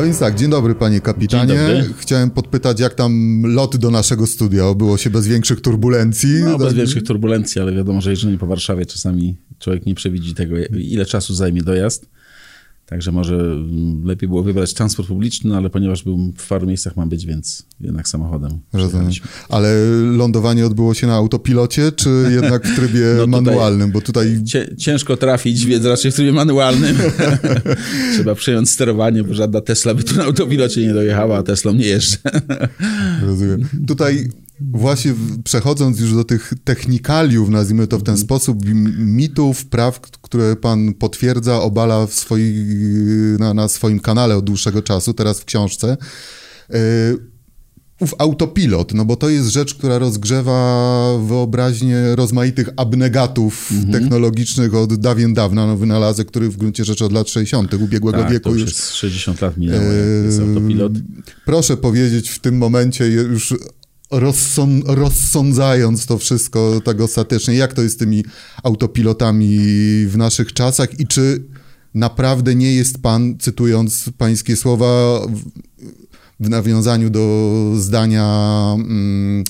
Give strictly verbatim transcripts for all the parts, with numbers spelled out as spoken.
A więc tak, dzień dobry panie kapitanie. Dobry. Chciałem podpytać, jak tam lot do naszego studia? Obyło się bez większych turbulencji? No, bez tak? większych turbulencji, ale wiadomo, że jeżeli po Warszawie czasami człowiek nie przewidzi tego, ile czasu zajmie dojazd. Także może lepiej było wybrać transport publiczny, no ale ponieważ był w paru miejscach mam być, więc jednak samochodem. Rozumiem. Ale lądowanie odbyło się na autopilocie, czy jednak w trybie no tutaj manualnym? Bo tutaj ciężko trafić, więc raczej w trybie manualnym. Trzeba przejąć sterowanie, bo żadna Tesla by tu na autopilocie nie dojechała, a Teslą nie jeżdżę. Rozumiem. Tutaj właśnie przechodząc już do tych technikaliów, nazwijmy to w ten sposób, mitów, praw, które pan potwierdza, obala w swoi, na, na swoim kanale od dłuższego czasu, teraz w książce. Yy, ów autopilot, no bo to jest rzecz, która rozgrzewa wyobraźnię rozmaitych abnegatów mm-hmm. technologicznych od dawien dawna, no wynalazek, który w gruncie rzeczy od lat sześćdziesiątych ubiegłego tak, wieku to już... już... Jest sześćdziesiąt lat minęło, jak jest autopilot. Proszę powiedzieć w tym momencie już... Rozsąd, rozsądzając to wszystko tak ostatecznie, jak to jest z tymi autopilotami w naszych czasach i czy naprawdę nie jest pan, cytując pańskie słowa w, w nawiązaniu do zdania mm,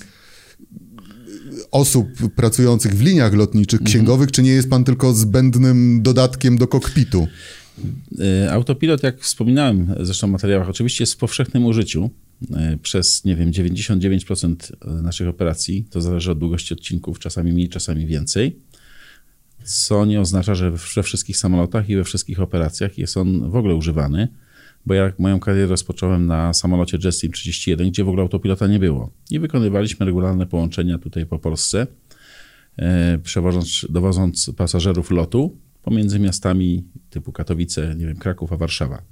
osób pracujących w liniach lotniczych, księgowych, mm-hmm. czy nie jest pan tylko zbędnym dodatkiem do kokpitu? Autopilot, jak wspominałem zresztą w materiałach, oczywiście jest w powszechnym użyciu. Przez, nie wiem, dziewięćdziesiąt dziewięć procent naszych operacji, to zależy od długości odcinków, czasami mniej, czasami więcej, co nie oznacza, że we wszystkich samolotach i we wszystkich operacjach jest on w ogóle używany, bo ja moją karierę rozpocząłem na samolocie Jetstream trzydzieści jeden, gdzie w ogóle autopilota nie było i wykonywaliśmy regularne połączenia tutaj po Polsce, przewożąc, dowoząc pasażerów lotu pomiędzy miastami typu Katowice, nie wiem, Kraków, a Warszawa.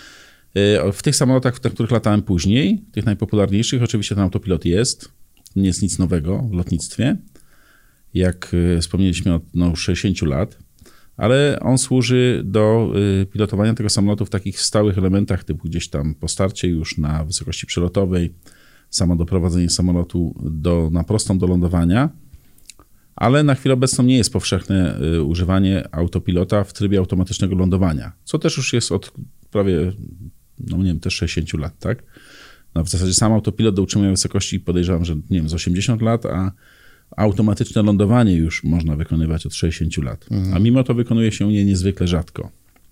W tych samolotach, w których latałem później, tych najpopularniejszych, oczywiście ten autopilot jest. Nie jest nic nowego w lotnictwie, jak wspomnieliśmy od no, sześćdziesięciu lat, ale on służy do pilotowania tego samolotu w takich stałych elementach, typu gdzieś tam po starcie już na wysokości przelotowej, samo doprowadzenie samolotu do, na prostą do lądowania, ale na chwilę obecną nie jest powszechne używanie autopilota w trybie automatycznego lądowania, co też już jest od prawie, no nie wiem, też sześćdziesięciu lat, tak? No w zasadzie sam autopilot do utrzymania wysokości podejrzewam, że nie wiem, z osiemdziesiąt lat, a automatyczne lądowanie już można wykonywać od sześćdziesięciu lat. Mhm. A mimo to wykonuje się je niezwykle rzadko.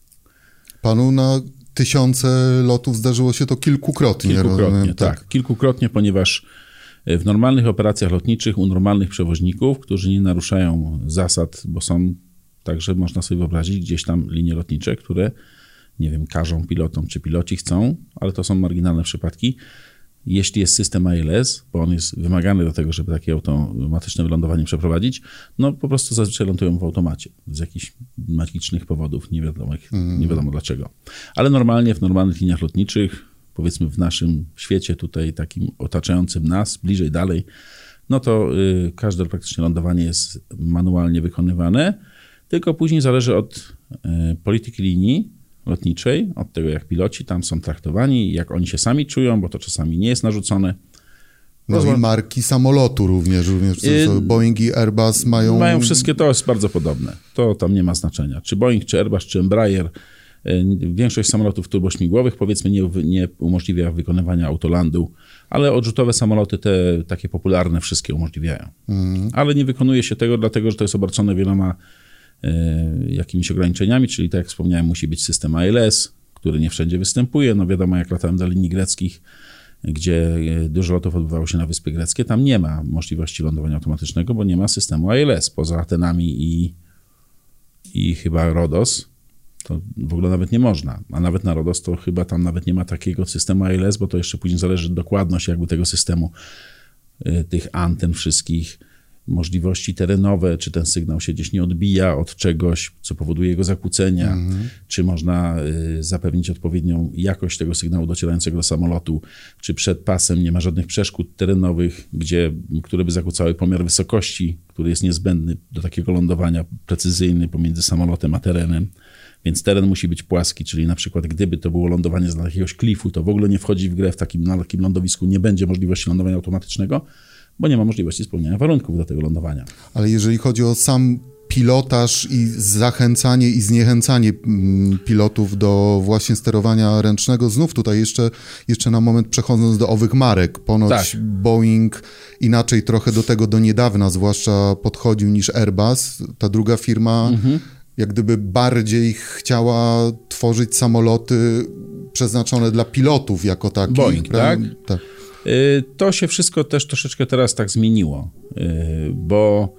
Panu na tysiące lotów zdarzyło się to kilkukrotnie. Kilkukrotnie, rozumiem, tak. tak. Kilkukrotnie, ponieważ w normalnych operacjach lotniczych u normalnych przewoźników, którzy nie naruszają zasad, bo są także, można sobie wyobrazić, gdzieś tam linie lotnicze, które, nie wiem, każą pilotom, czy piloci chcą, ale to są marginalne przypadki. Jeśli jest system A L S, bo on jest wymagany do tego, żeby takie automatyczne wylądowanie przeprowadzić, no po prostu zazwyczaj lądują w automacie z jakichś magicznych powodów, nie wiadomo, mm. nie wiadomo dlaczego. Ale normalnie w normalnych liniach lotniczych, powiedzmy w naszym świecie tutaj takim otaczającym nas, bliżej, dalej, no to y, każde praktycznie lądowanie jest manualnie wykonywane, tylko później zależy od y, polityki linii lotniczej, od tego jak piloci tam są traktowani, jak oni się sami czują, bo to czasami nie jest narzucone. No Rozwa- i marki samolotu również, również yy, Boeing i Airbus mają... Mają wszystkie, to jest bardzo podobne. To tam nie ma znaczenia. Czy Boeing, czy Airbus, czy Embraer. Większość samolotów turbośmigłowych powiedzmy nie, nie umożliwia wykonywania autolandu, ale odrzutowe samoloty te takie popularne wszystkie umożliwiają. Mm. Ale nie wykonuje się tego dlatego, że to jest obarczone wieloma y, jakimiś ograniczeniami, czyli tak jak wspomniałem, musi być system A L S, który nie wszędzie występuje. No wiadomo, jak latałem do linii greckich, gdzie dużo lotów odbywało się na Wyspy Greckie, tam nie ma możliwości lądowania automatycznego, bo nie ma systemu A L S poza Atenami i, i chyba Rodos. To w ogóle nawet nie można, a nawet na Rodos to chyba tam nawet nie ma takiego systemu A L S, bo to jeszcze później zależy dokładność jakby tego systemu, tych anten wszystkich, możliwości terenowe, czy ten sygnał się gdzieś nie odbija od czegoś, co powoduje jego zakłócenia, mhm. czy można zapewnić odpowiednią jakość tego sygnału docierającego do samolotu, czy przed pasem nie ma żadnych przeszkód terenowych, gdzie, które by zakłócały pomiar wysokości, który jest niezbędny do takiego lądowania precyzyjny pomiędzy samolotem a terenem. Więc teren musi być płaski, czyli na przykład gdyby to było lądowanie z jakiegoś klifu, to w ogóle nie wchodzi w grę w takim, na takim lądowisku, nie będzie możliwości lądowania automatycznego, bo nie ma możliwości spełniania warunków do tego lądowania. Ale jeżeli chodzi o sam pilotaż i zachęcanie i zniechęcanie pilotów do właśnie sterowania ręcznego. Znów tutaj jeszcze, jeszcze na moment przechodząc do owych marek. Ponoć tak. Boeing inaczej trochę do tego do niedawna zwłaszcza podchodził niż Airbus. Ta druga firma mhm. jak gdyby bardziej chciała tworzyć samoloty przeznaczone dla pilotów jako takich. Boeing, tak? tak? To się wszystko też troszeczkę teraz tak zmieniło, bo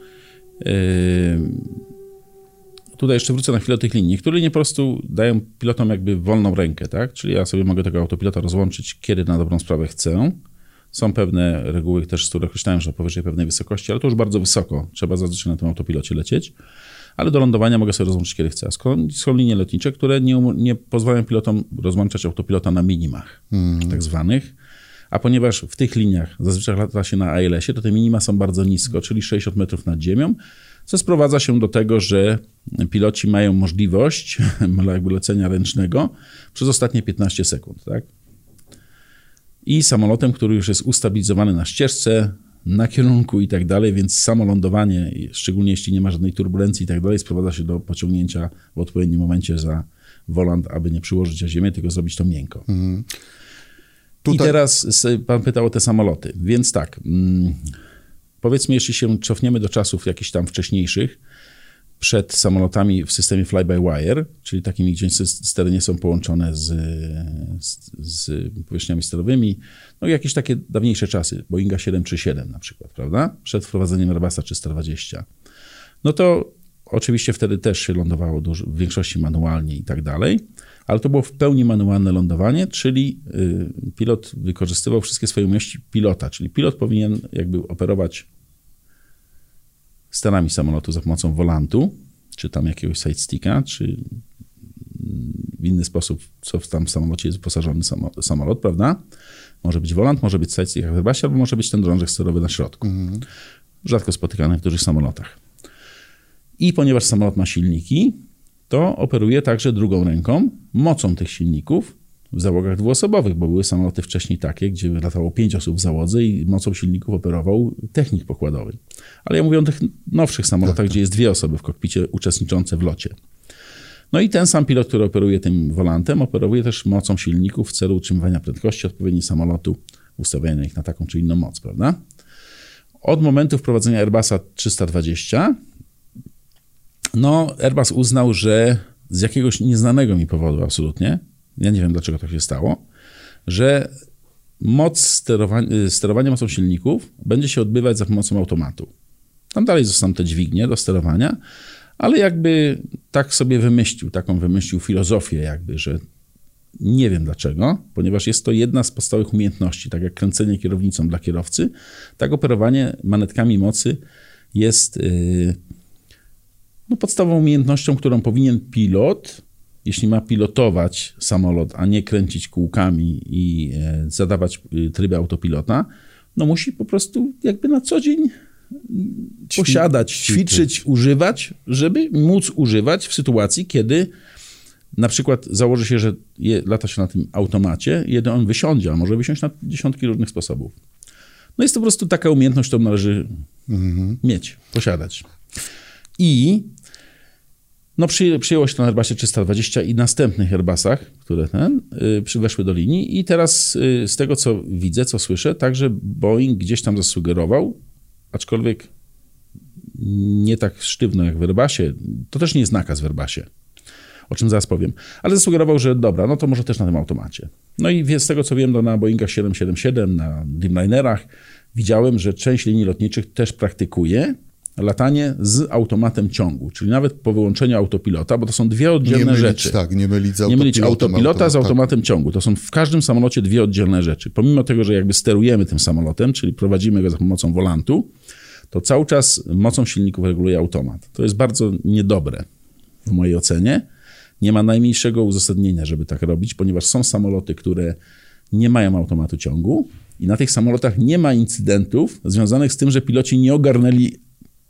tutaj jeszcze wrócę na chwilę do tych linii. Niektóre linie po prostu dają pilotom jakby wolną rękę, tak? Czyli ja sobie mogę tego autopilota rozłączyć, kiedy na dobrą sprawę chcę. Są pewne reguły też, z których określają, że powyżej pewnej wysokości, ale to już bardzo wysoko. Trzeba zazwyczaj na tym autopilocie lecieć. Ale do lądowania mogę sobie rozłączyć, kiedy chcę. Są linie lotnicze, które nie, nie pozwalają pilotom rozłączać autopilota na minimach, mm. tak zwanych. A ponieważ w tych liniach zazwyczaj lata się na A L S-ie, to te minima są bardzo nisko, czyli sześćdziesiąt metrów nad ziemią, co sprowadza się do tego, że piloci mają możliwość jakby lecenia ręcznego przez ostatnie piętnaście sekund. Tak? I samolotem, który już jest ustabilizowany na ścieżce, na kierunku i tak dalej, więc samo lądowanie, szczególnie jeśli nie ma żadnej turbulencji i tak dalej, sprowadza się do pociągnięcia w odpowiednim momencie za wolant, aby nie przyłożyć o ziemię, tylko zrobić to miękko. Mhm. Tutaj... I teraz pan pytał o te samoloty. Więc tak, mm, powiedzmy, jeśli się cofniemy do czasów jakichś tam wcześniejszych, przed samolotami w systemie fly-by-wire, czyli takimi, gdzie stery nie są połączone z, z, z powierzchniami sterowymi, no jakieś takie dawniejsze czasy, Boeinga siedem trzy siedem na przykład, prawda? Przed wprowadzeniem Airbusa trzysta dwadzieścia. No to oczywiście wtedy też się lądowało dużo, w większości manualnie i tak dalej, ale to było w pełni manualne lądowanie, czyli y, pilot wykorzystywał wszystkie swoje umiejętności pilota, czyli pilot powinien jakby operować sterami samolotu za pomocą wolantu, czy tam jakiegoś sidesticka, czy w inny sposób, co tam w samolocie jest wyposażony samolot, prawda? Może być wolant, może być sidestick jak w Airbusie, albo może być ten drążek sterowy na środku. Mm. Rzadko spotykany w dużych samolotach. I ponieważ samolot ma silniki, to operuje także drugą ręką, mocą tych silników w załogach dwuosobowych, bo były samoloty wcześniej takie, gdzie latało pięć osób w załodze i mocą silników operował technik pokładowy. Ale ja mówię o tych nowszych samolotach, tak, gdzie jest dwie osoby w kokpicie uczestniczące w locie. No i ten sam pilot, który operuje tym wolantem, operuje też mocą silników w celu utrzymywania prędkości odpowiedniej samolotu, ustawiania ich na taką czy inną moc, prawda? Od momentu wprowadzenia Airbusa trzysta dwadzieścia, no Airbus uznał, że z jakiegoś nieznanego mi powodu absolutnie, ja nie wiem, dlaczego tak się stało, że moc sterowania, sterowania mocą silników będzie się odbywać za pomocą automatu. Tam dalej zostaną te dźwignie do sterowania, ale jakby tak sobie wymyślił, taką wymyślił filozofię jakby, że nie wiem dlaczego, ponieważ jest to jedna z podstawowych umiejętności, tak jak kręcenie kierownicą dla kierowcy, tak operowanie manetkami mocy jest yy, no, podstawową umiejętnością, którą powinien pilot, jeśli ma pilotować samolot, a nie kręcić kółkami i e, zadawać tryby autopilota, no musi po prostu jakby na co dzień Ćwi- posiadać, ćwiczyć, ćwiczyć, używać, żeby móc używać w sytuacji, kiedy na przykład założy się, że je, lata się na tym automacie, jeden on wysiądzie, a może wysiąść na dziesiątki różnych sposobów. No jest to po prostu taka umiejętność, którą należy mhm. mieć, posiadać. I no przy, przyjęło się to na Airbusie trzysta dwadzieścia i następnych Airbusach, które ten, y, weszły do linii i teraz y, z tego, co widzę, co słyszę, także Boeing gdzieś tam zasugerował, aczkolwiek nie tak sztywno jak w Airbusie, to też nie jest nakaz w Airbusie, o czym zaraz powiem, ale zasugerował, że dobra, no to może też na tym automacie. No i z tego, co wiem, to na Boeingach siedem siedem siedem, na Dreamlinerach widziałem, że część linii lotniczych też praktykuje latanie z automatem ciągu, czyli nawet po wyłączeniu autopilota, bo to są dwie oddzielne nie mylić, rzeczy. Tak, nie mylić, z nie mylić autopilota automat, z automatem tak. ciągu. To są w każdym samolocie dwie oddzielne rzeczy. Pomimo tego, że jakby sterujemy tym samolotem, czyli prowadzimy go za pomocą wolantu, to cały czas mocą silników reguluje automat. To jest bardzo niedobre w mojej ocenie. Nie ma najmniejszego uzasadnienia, żeby tak robić, ponieważ są samoloty, które nie mają automatu ciągu i na tych samolotach nie ma incydentów związanych z tym, że piloci nie ogarnęli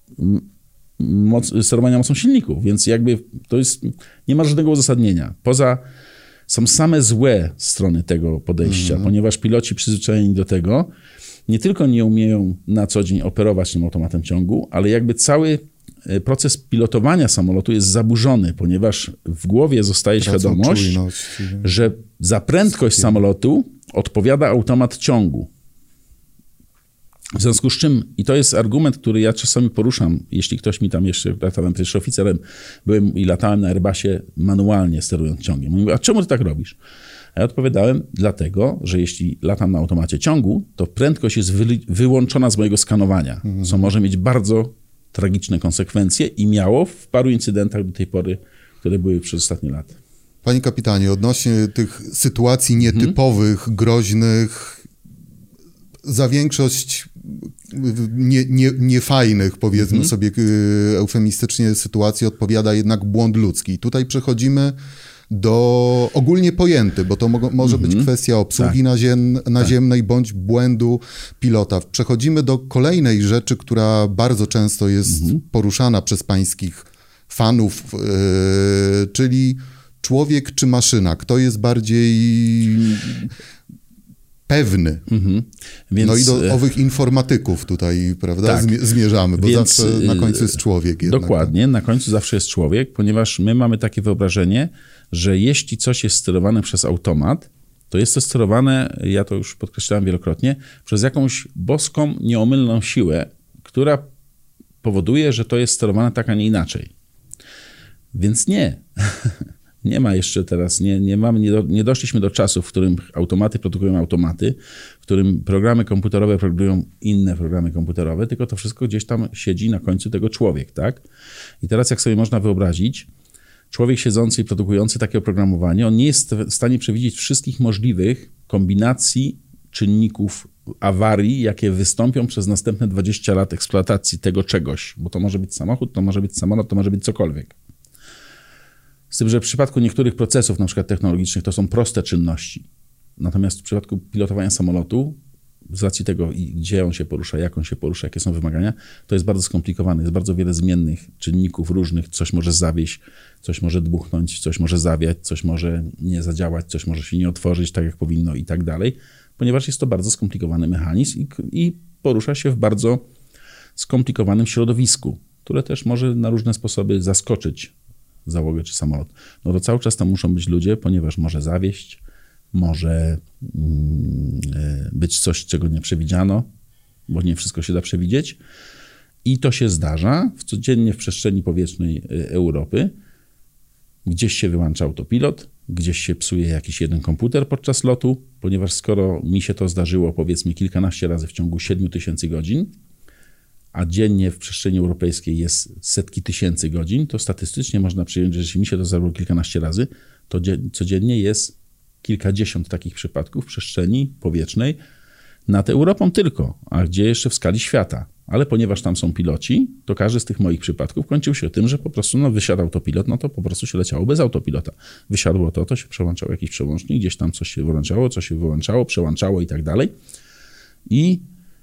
Moc, sterowania mocą silników, więc jakby to jest, nie ma żadnego uzasadnienia. Poza, są same złe strony tego podejścia, mm-hmm. ponieważ piloci przyzwyczajeni do tego nie tylko nie umieją na co dzień operować tym automatem ciągu, ale jakby cały proces pilotowania samolotu jest zaburzony, ponieważ w głowie zostaje Tracą świadomość, czujność. że za prędkość samolotu odpowiada automat ciągu. W związku z czym, i to jest argument, który ja czasami poruszam, jeśli ktoś mi tam jeszcze, latałem przecież oficerem, byłem i latałem na Airbusie manualnie sterując ciągiem. Mówi, a czemu ty tak robisz? A ja odpowiadałem, dlatego, że jeśli latam na automacie ciągu, to prędkość jest wy, wyłączona z mojego skanowania, mhm. co może mieć bardzo tragiczne konsekwencje i miało w paru incydentach do tej pory, które były przez ostatnie lata. Panie kapitanie, odnośnie tych sytuacji nietypowych, mhm. groźnych, za większość nie, nie, niefajnych, powiedzmy mhm. sobie eufemistycznie, sytuacji odpowiada jednak błąd ludzki. Tutaj przechodzimy do ogólnie pojęty, bo to mo- może mhm. być kwestia obsługi tak. naziem, naziemnej tak. bądź błędu pilota. Przechodzimy do kolejnej rzeczy, która bardzo często jest mhm. poruszana przez pańskich fanów, yy, czyli człowiek czy maszyna. Kto jest bardziej pewny? Mhm. Więc, no i do owych informatyków tutaj, prawda, tak. zmierzamy, bo Więc, zawsze na końcu jest człowiek. Jednak. Dokładnie, na końcu zawsze jest człowiek, ponieważ my mamy takie wyobrażenie, że jeśli coś jest sterowane przez automat, to jest to sterowane, ja to już podkreślałem wielokrotnie, przez jakąś boską, nieomylną siłę, która powoduje, że to jest sterowane tak, a nie inaczej. Więc nie. Nie ma jeszcze teraz, nie, nie, mamy, nie, do, nie doszliśmy do czasu, w którym automaty produkują automaty, w którym programy komputerowe produkują inne programy komputerowe, tylko to wszystko gdzieś tam siedzi na końcu tego człowiek, tak? I teraz jak sobie można wyobrazić, człowiek siedzący i produkujący takie oprogramowanie, on nie jest w stanie przewidzieć wszystkich możliwych kombinacji czynników awarii, jakie wystąpią przez następne dwadzieścia lat eksploatacji tego czegoś, bo to może być samochód, to może być samolot, to może być cokolwiek. Z tym, że w przypadku niektórych procesów, na przykład technologicznych, to są proste czynności. Natomiast w przypadku pilotowania samolotu, z racji tego, gdzie on się porusza, jak on się porusza, jakie są wymagania, to jest bardzo skomplikowane. Jest bardzo wiele zmiennych czynników różnych. Coś może zawieść, coś może dmuchnąć, coś może zawiać, coś może nie zadziałać, coś może się nie otworzyć tak, jak powinno i tak dalej, ponieważ jest to bardzo skomplikowany mechanizm i, i porusza się w bardzo skomplikowanym środowisku, które też może na różne sposoby zaskoczyć załogę czy samolot. No to cały czas tam muszą być ludzie, ponieważ może zawieść, może mm, być coś, czego nie przewidziano, bo nie wszystko się da przewidzieć. I to się zdarza w codziennie w przestrzeni powietrznej Europy. Gdzieś się wyłącza autopilot, gdzieś się psuje jakiś jeden komputer podczas lotu, ponieważ skoro mi się to zdarzyło powiedzmy kilkanaście razy w ciągu siedmiu tysięcy godzin, a dziennie w przestrzeni europejskiej jest setki tysięcy godzin, to statystycznie można przyjąć, że jeśli mi się to zdarzyło kilkanaście razy, to codziennie jest kilkadziesiąt takich przypadków w przestrzeni powietrznej nad Europą tylko, a gdzie jeszcze w skali świata. Ale ponieważ tam są piloci, to każdy z tych moich przypadków kończył się tym, że po prostu no, wysiadł autopilot, no to po prostu się leciało bez autopilota. Wysiadło to, to się przełączało jakiś przełącznik, gdzieś tam coś się włączało, coś się wyłączało, przełączało i tak dalej. I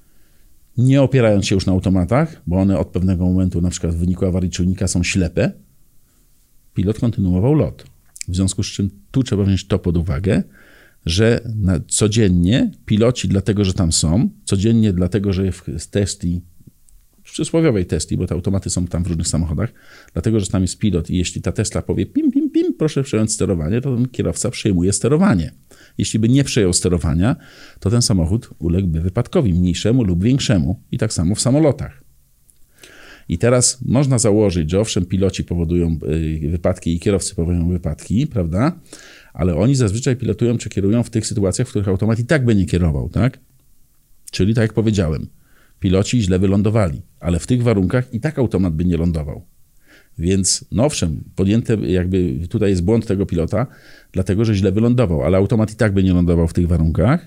nie opierając się już na automatach, bo one od pewnego momentu, na przykład w wyniku awarii czujnika, są ślepe, pilot kontynuował lot. W związku z czym tu trzeba wziąć to pod uwagę, że na, codziennie piloci, dlatego że tam są, codziennie dlatego, że w Tesli, w przysłowiowej Tesli, bo te automaty są tam w różnych samochodach, dlatego, że tam jest pilot i jeśli ta Tesla powie pim, pim, pim, proszę przejąć sterowanie, to ten kierowca przejmuje sterowanie. Jeśli by nie przejął sterowania, to ten samochód uległby wypadkowi mniejszemu lub większemu i tak samo w samolotach. I teraz można założyć, że owszem, piloci powodują wypadki i kierowcy powodują wypadki, prawda? Ale oni zazwyczaj pilotują czy kierują w tych sytuacjach, w których automat i tak by nie kierował, tak? Czyli tak jak powiedziałem, piloci źle wylądowali, ale w tych warunkach i tak automat by nie lądował. Więc no owszem, podjęte jakby tutaj jest błąd tego pilota, dlatego że źle wylądował, ale automat i tak by nie lądował w tych warunkach,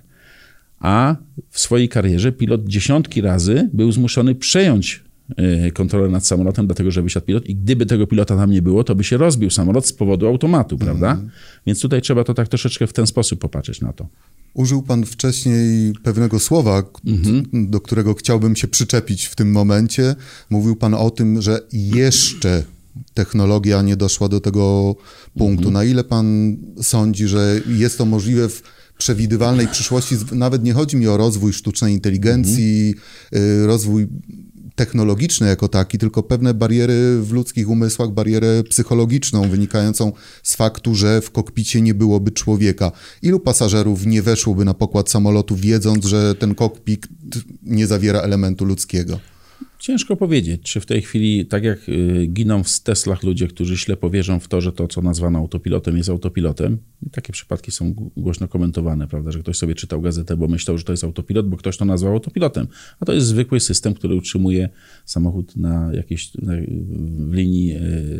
a w swojej karierze pilot dziesiątki razy był zmuszony przejąć kontrolę nad samolotem, dlatego że wysiadł pilot i gdyby tego pilota tam nie było, to by się rozbił samolot z powodu automatu, prawda? Mm. Więc tutaj trzeba to tak troszeczkę w ten sposób popatrzeć na to. Użył pan wcześniej pewnego słowa, mm-hmm. do którego chciałbym się przyczepić w tym momencie. Mówił pan o tym, że jeszcze technologia nie doszła do tego punktu. Mm-hmm. Na ile pan sądzi, że jest to możliwe w przewidywalnej przyszłości? Nawet nie chodzi mi o rozwój sztucznej inteligencji, mm-hmm. rozwój technologiczny jako taki, tylko pewne bariery w ludzkich umysłach, barierę psychologiczną wynikającą z faktu, że w kokpicie nie byłoby człowieka. Ilu pasażerów nie weszłoby na pokład samolotu, wiedząc, że ten kokpit nie zawiera elementu ludzkiego? Ciężko powiedzieć, czy w tej chwili, tak jak y, giną w Teslach ludzie, którzy ślepo wierzą w to, że to, co nazwano autopilotem, jest autopilotem. I takie przypadki są głośno komentowane, prawda, że ktoś sobie czytał gazetę, bo myślał, że to jest autopilot, bo ktoś to nazwał autopilotem. A to jest zwykły system, który utrzymuje samochód na jakiejś na, w linii,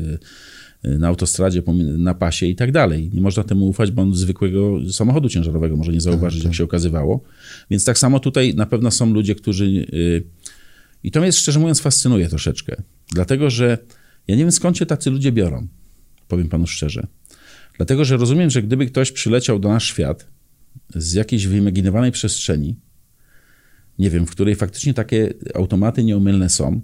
y, na autostradzie, na pasie i tak dalej. Nie można temu ufać, bo on zwykłego samochodu ciężarowego może nie zauważyć, jak się okazywało. Więc tak samo tutaj na pewno są ludzie, którzy... Y, I to mnie, szczerze mówiąc, fascynuje troszeczkę. Dlatego, że ja nie wiem, skąd się tacy ludzie biorą. Powiem panu szczerze. Dlatego, że rozumiem, że gdyby ktoś przyleciał do nasz świat z jakiejś wyimaginowanej przestrzeni, nie wiem, w której faktycznie takie automaty nieomylne są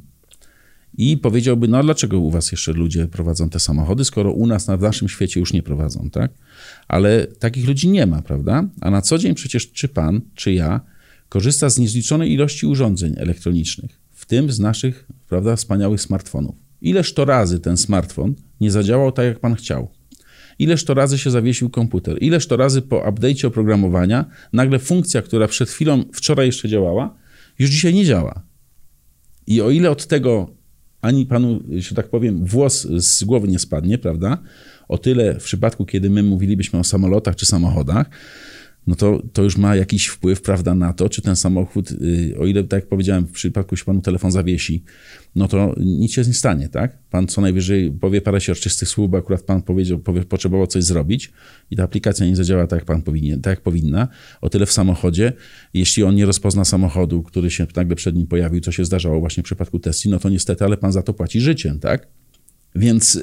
i powiedziałby, no dlaczego u was jeszcze ludzie prowadzą te samochody, skoro u nas, na w naszym świecie już nie prowadzą, tak? Ale takich ludzi nie ma, prawda? A na co dzień przecież czy pan, czy ja korzysta z niezliczonej ilości urządzeń elektronicznych, w tym z naszych, prawda, wspaniałych smartfonów. Ileż to razy ten smartfon nie zadziałał tak, jak pan chciał? Ileż to razy się zawiesił komputer? Ileż to razy po update'cie oprogramowania nagle funkcja, która przed chwilą, wczoraj jeszcze działała, już dzisiaj nie działa. I o ile od tego ani panu, że tak powiem, włos z głowy nie spadnie, prawda, o tyle w przypadku, kiedy my mówilibyśmy o samolotach czy samochodach, no to, to już ma jakiś wpływ, prawda, na to, czy ten samochód, o ile, tak jak powiedziałem, w przypadku się panu telefon zawiesi, no to nic się nie stanie, tak? Pan co najwyżej powie parę siorczystych słów, bo akurat pan powiedział, powie, potrzebował coś zrobić i ta aplikacja nie zadziała tak, jak pan powinien, tak jak powinna. O tyle w samochodzie, jeśli on nie rozpozna samochodu, który się nagle przed nim pojawił, co się zdarzało właśnie w przypadku Tesli, no to niestety, ale pan za to płaci życiem, tak? Więc...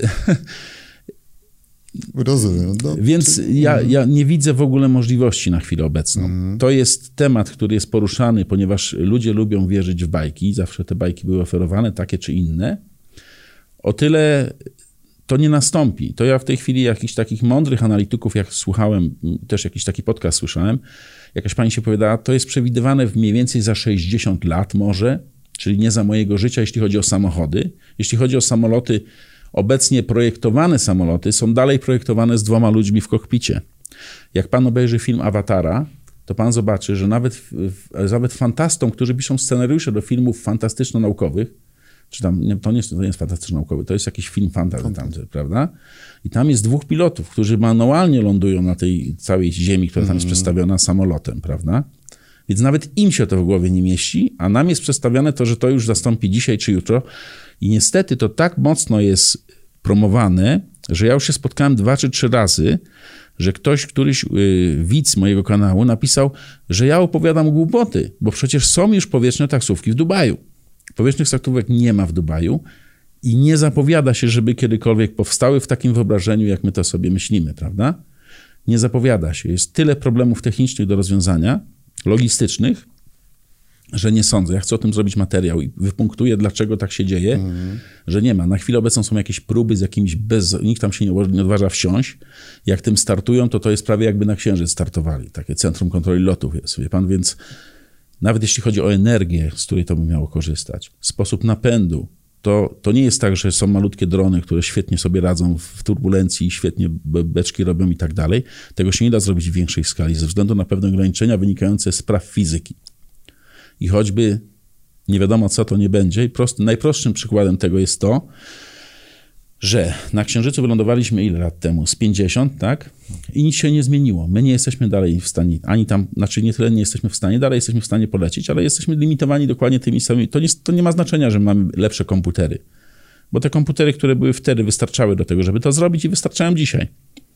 Rozumiem. No, Więc czy... ja, ja nie widzę w ogóle możliwości na chwilę obecną. Mm. To jest temat, który jest poruszany, ponieważ ludzie lubią wierzyć w bajki. Zawsze te bajki były oferowane, takie czy inne. O tyle to nie nastąpi. To ja w tej chwili jakichś takich mądrych analityków, jak słuchałem, też jakiś taki podcast słyszałem, jakaś pani się powiedziała, to jest przewidywane w mniej więcej za sześćdziesiąt lat może, czyli nie za mojego życia, jeśli chodzi o samochody. Jeśli chodzi o samoloty, obecnie projektowane samoloty są dalej projektowane z dwoma ludźmi w kokpicie. Jak pan obejrzy film Awatara, to pan zobaczy, że nawet, nawet fantastom, którzy piszą scenariusze do filmów fantastyczno-naukowych, czy tam, nie, to, nie jest, to nie jest fantastyczno-naukowy, to jest jakiś film fantasy, tam, prawda? I tam jest dwóch pilotów, którzy manualnie lądują na tej całej ziemi, która tam jest mm. przedstawiona samolotem, prawda? Więc nawet im się to w głowie nie mieści, a nam jest przedstawiane to, że to już zastąpi dzisiaj czy jutro. I niestety to tak mocno jest promowane, że ja już się spotkałem dwa czy trzy razy, że ktoś, któryś yy, widz mojego kanału napisał, że ja opowiadam głupoty, bo przecież są już powietrzne taksówki w Dubaju. Powietrznych taksówek nie ma w Dubaju i nie zapowiada się, żeby kiedykolwiek powstały w takim wyobrażeniu, jak my to sobie myślimy, prawda? Nie zapowiada się. Jest tyle problemów technicznych do rozwiązania, logistycznych, że nie sądzę. Ja chcę o tym zrobić materiał i wypunktuję, dlaczego tak się dzieje, mm. że nie ma. Na chwilę obecną są jakieś próby z jakimiś bez... Nikt tam się nie, nie odważa wsiąść. Jak tym startują, to to jest prawie jakby na Księżyc startowali. Takie Centrum Kontroli Lotów jest, wie pan, więc nawet jeśli chodzi o energię, z której to by miało korzystać, sposób napędu, to, to nie jest tak, że są malutkie drony, które świetnie sobie radzą w turbulencji, świetnie beczki robią i tak dalej. Tego się nie da zrobić w większej skali ze względu na pewne ograniczenia wynikające z praw fizyki. I choćby nie wiadomo co to nie będzie. I prosty, najprostszym przykładem tego jest to, że na Księżycu wylądowaliśmy ile lat temu? Z pięćdziesiąt, tak? I nic się nie zmieniło. My nie jesteśmy dalej w stanie, ani tam, znaczy nie tyle nie jesteśmy w stanie, dalej jesteśmy w stanie polecieć, ale jesteśmy limitowani dokładnie tymi samymi. To nie, to nie ma znaczenia, że mamy lepsze komputery. Bo te komputery, które były wtedy, wystarczały do tego, żeby to zrobić i wystarczają dzisiaj.